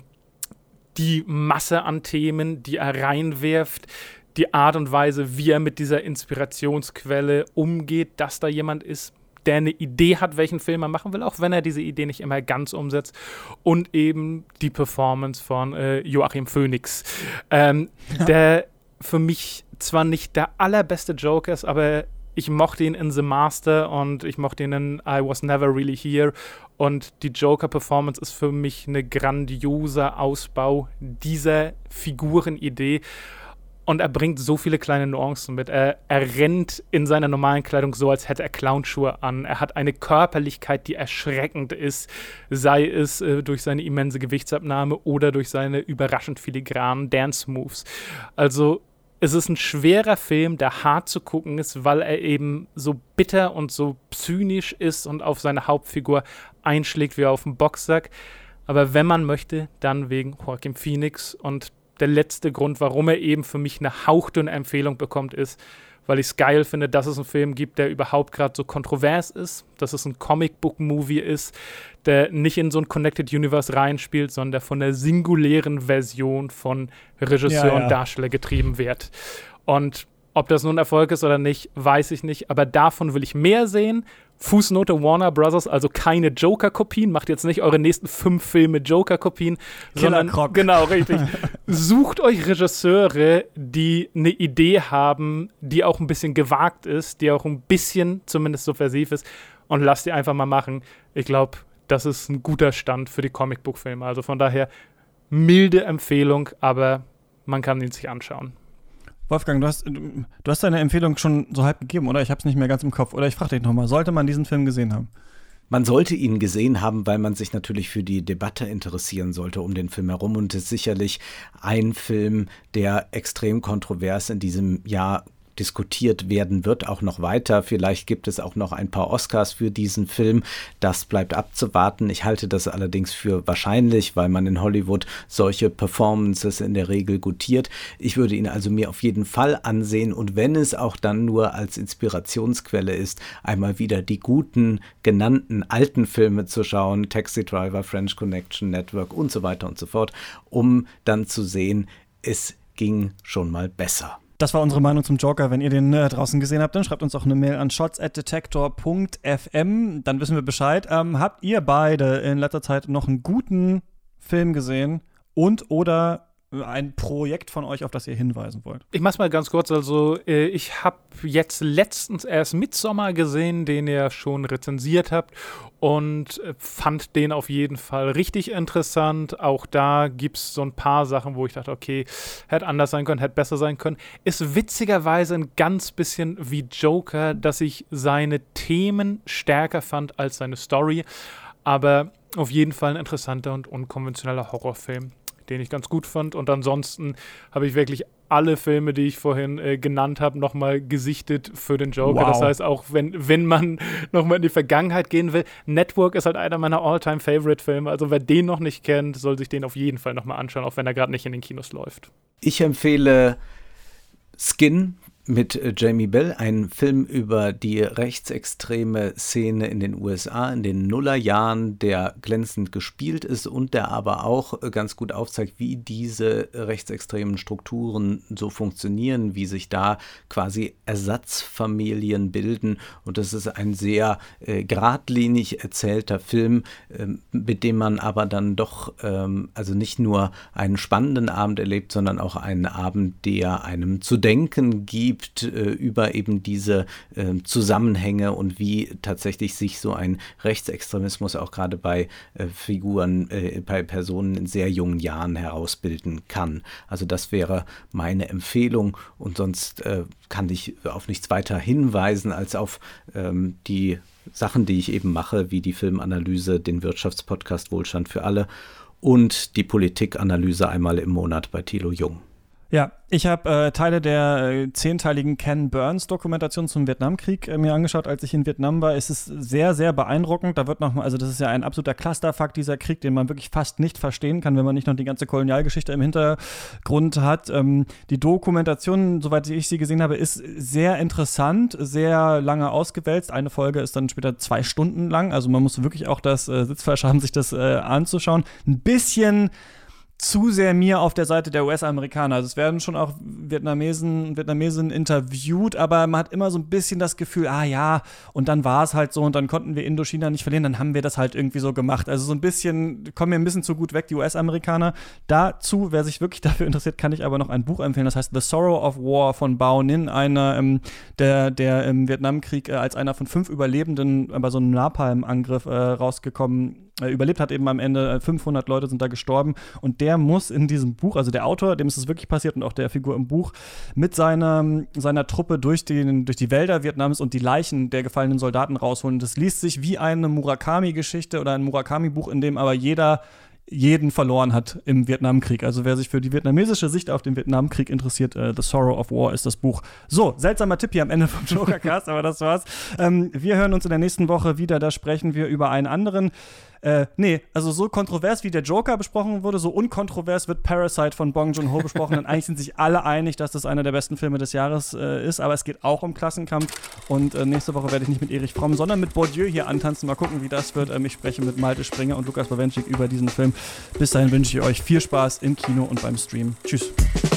die Masse an Themen, die er reinwirft, die Art und Weise, wie er mit dieser Inspirationsquelle umgeht, dass da jemand ist, der eine Idee hat, welchen Film er machen will, auch wenn er diese Idee nicht immer ganz umsetzt. Und eben die Performance von äh, Joachim Phoenix, ähm, ja. der für mich zwar nicht der allerbeste Joker ist, aber ich mochte ihn in The Master und ich mochte ihn in I Was Never Really Here. Und die Joker-Performance ist für mich eine grandioser Ausbau dieser Figurenidee. Und er bringt so viele kleine Nuancen mit. Er, er rennt in seiner normalen Kleidung so, als hätte er Clownschuhe an. Er hat eine Körperlichkeit, die erschreckend ist, sei es äh, durch seine immense Gewichtsabnahme oder durch seine überraschend filigranen Dance-Moves. Also es ist ein schwerer Film, der hart zu gucken ist, weil er eben so bitter und so zynisch ist und auf seine Hauptfigur einschlägt wie auf den Boxsack. Aber wenn man möchte, dann wegen Joaquin Phoenix. Und der letzte Grund, warum er eben für mich eine hauchdünne Empfehlung bekommt, ist, weil ich es geil finde, dass es einen Film gibt, der überhaupt gerade so kontrovers ist, dass es ein Comic-Book-Movie ist, der nicht in so ein Connected Universe reinspielt, sondern der von der singulären Version von Regisseur ja, ja. und Darsteller getrieben wird. Und ob das nun ein Erfolg ist oder nicht, weiß ich nicht, aber davon will ich mehr sehen. Fußnote Warner Brothers, also keine Joker-Kopien, macht jetzt nicht eure nächsten fünf Filme Joker-Kopien, sondern, Croc. genau, richtig, sucht euch Regisseure, die eine Idee haben, die auch ein bisschen gewagt ist, die auch ein bisschen zumindest subversiv ist und lasst die einfach mal machen. Ich glaube, das ist ein guter Stand für die Comicbook-Filme, also von daher milde Empfehlung, aber man kann ihn sich anschauen. Wolfgang, du hast, du hast deine Empfehlung schon so halb gegeben, oder? Ich habe es nicht mehr ganz im Kopf. Oder ich frage dich nochmal, sollte man diesen Film gesehen haben? Man sollte ihn gesehen haben, weil man sich natürlich für die Debatte interessieren sollte um den Film herum. Und es ist sicherlich ein Film, der extrem kontrovers in diesem Jahr diskutiert werden wird, auch noch weiter. Vielleicht gibt es auch noch ein paar Oscars für diesen Film. Das bleibt abzuwarten. Ich halte das allerdings für wahrscheinlich, weil man in Hollywood solche Performances in der Regel gutiert. Ich würde ihn also mir auf jeden Fall ansehen und wenn es auch dann nur als Inspirationsquelle ist, einmal wieder die guten, genannten alten Filme zu schauen, Taxi Driver, French Connection, Network und so weiter und so fort, um dann zu sehen, es ging schon mal besser. Das war unsere Meinung zum Joker. Wenn ihr den äh, draußen gesehen habt, dann schreibt uns auch eine Mail an shots at detektor punkt f m. Dann wissen wir Bescheid. Ähm, habt ihr beide in letzter Zeit noch einen guten Film gesehen und oder ein Projekt von euch, auf das ihr hinweisen wollt? Ich mach's mal ganz kurz. Also äh, ich habe jetzt letztens erst Midsommar gesehen, den ihr schon rezensiert habt und äh, fand den auf jeden Fall richtig interessant. Auch da gibt's so ein paar Sachen, wo ich dachte, okay, hätte anders sein können, hätte besser sein können. Ist witzigerweise ein ganz bisschen wie Joker, dass ich seine Themen stärker fand als seine Story, aber auf jeden Fall ein interessanter und unkonventioneller Horrorfilm, den ich ganz gut fand. Und ansonsten habe ich wirklich alle Filme, die ich vorhin äh, genannt habe, nochmal gesichtet für den Joker. Wow. Das heißt, auch wenn, wenn man nochmal in die Vergangenheit gehen will, Network ist halt einer meiner All-Time-Favorite-Filme. Also wer den noch nicht kennt, soll sich den auf jeden Fall nochmal anschauen, auch wenn er gerade nicht in den Kinos läuft. Ich empfehle Skin mit äh, Jamie Bell, ein Film über die rechtsextreme Szene in den U S A in den Nullerjahren, der glänzend gespielt ist und der aber auch äh, ganz gut aufzeigt, wie diese rechtsextremen Strukturen so funktionieren, wie sich da quasi Ersatzfamilien bilden. Und das ist ein sehr äh, geradlinig erzählter Film, äh, mit dem man aber dann doch ähm, also nicht nur einen spannenden Abend erlebt, sondern auch einen Abend, der einem zu denken gibt, über eben diese äh, Zusammenhänge und wie tatsächlich sich so ein Rechtsextremismus auch gerade bei äh, Figuren, äh, bei Personen in sehr jungen Jahren herausbilden kann. Also das wäre meine Empfehlung und sonst äh, kann ich auf nichts weiter hinweisen als auf ähm, die Sachen, die ich eben mache, wie die Filmanalyse, den Wirtschaftspodcast Wohlstand für alle und die Politikanalyse einmal im Monat bei Thilo Jung. Ja, ich habe äh, Teile der äh, zehnteiligen Ken Burns-Dokumentation zum Vietnamkrieg äh, mir angeschaut, als ich in Vietnam war. Es ist sehr, sehr beeindruckend. Da wird noch mal, also das ist ja ein absoluter Clusterfuck, dieser Krieg, den man wirklich fast nicht verstehen kann, wenn man nicht noch die ganze Kolonialgeschichte im Hintergrund hat. Ähm, die Dokumentation, soweit ich sie gesehen habe, ist sehr interessant, sehr lange ausgewälzt. Eine Folge ist dann später zwei Stunden lang. Also man muss wirklich auch das äh, Sitzfleisch haben, sich das äh, anzuschauen. Ein bisschen zu sehr mir auf der Seite der U S-Amerikaner. Also es werden schon auch Vietnamesen und Vietnamesinnen interviewt, aber man hat immer so ein bisschen das Gefühl, ah ja, und dann war es halt so und dann konnten wir Indochina nicht verlieren, dann haben wir das halt irgendwie so gemacht. Also so ein bisschen, kommen mir ein bisschen zu gut weg, die U S-Amerikaner. Dazu, wer sich wirklich dafür interessiert, kann ich aber noch ein Buch empfehlen, das heißt The Sorrow of War von Bao Ninh, einer, ähm, der, der im Vietnamkrieg äh, als einer von fünf Überlebenden äh, bei so einem Napalm-Angriff äh, rausgekommen äh, überlebt hat, eben am Ende fünfhundert Leute sind da gestorben und der muss in diesem Buch, also der Autor, dem ist es wirklich passiert und auch der Figur im Buch, mit seiner, seiner Truppe durch, den, durch die Wälder Vietnams und die Leichen der gefallenen Soldaten rausholen. Das liest sich wie eine Murakami-Geschichte oder ein Murakami-Buch, in dem aber jeder jeden verloren hat im Vietnamkrieg. Also wer sich für die vietnamesische Sicht auf den Vietnamkrieg interessiert, uh, The Sorrow of War ist das Buch. So, seltsamer Tipp hier am Ende vom Jokercast, aber das war's. Ähm, wir hören uns in der nächsten Woche wieder, da sprechen wir über einen anderen Äh, nee, also so kontrovers wie der Joker besprochen wurde, so unkontrovers wird Parasite von Bong Joon-ho besprochen. Und eigentlich sind sich alle einig, dass das einer der besten Filme des Jahres äh, ist. Aber es geht auch um Klassenkampf. Und äh, nächste Woche werde ich nicht mit Erich Fromm, sondern mit Bourdieu hier antanzen. Mal gucken, wie das wird. Ähm, ich spreche mit Malte Springer und Lukas Bawenschik über diesen Film. Bis dahin wünsche ich euch viel Spaß im Kino und beim Stream. Tschüss.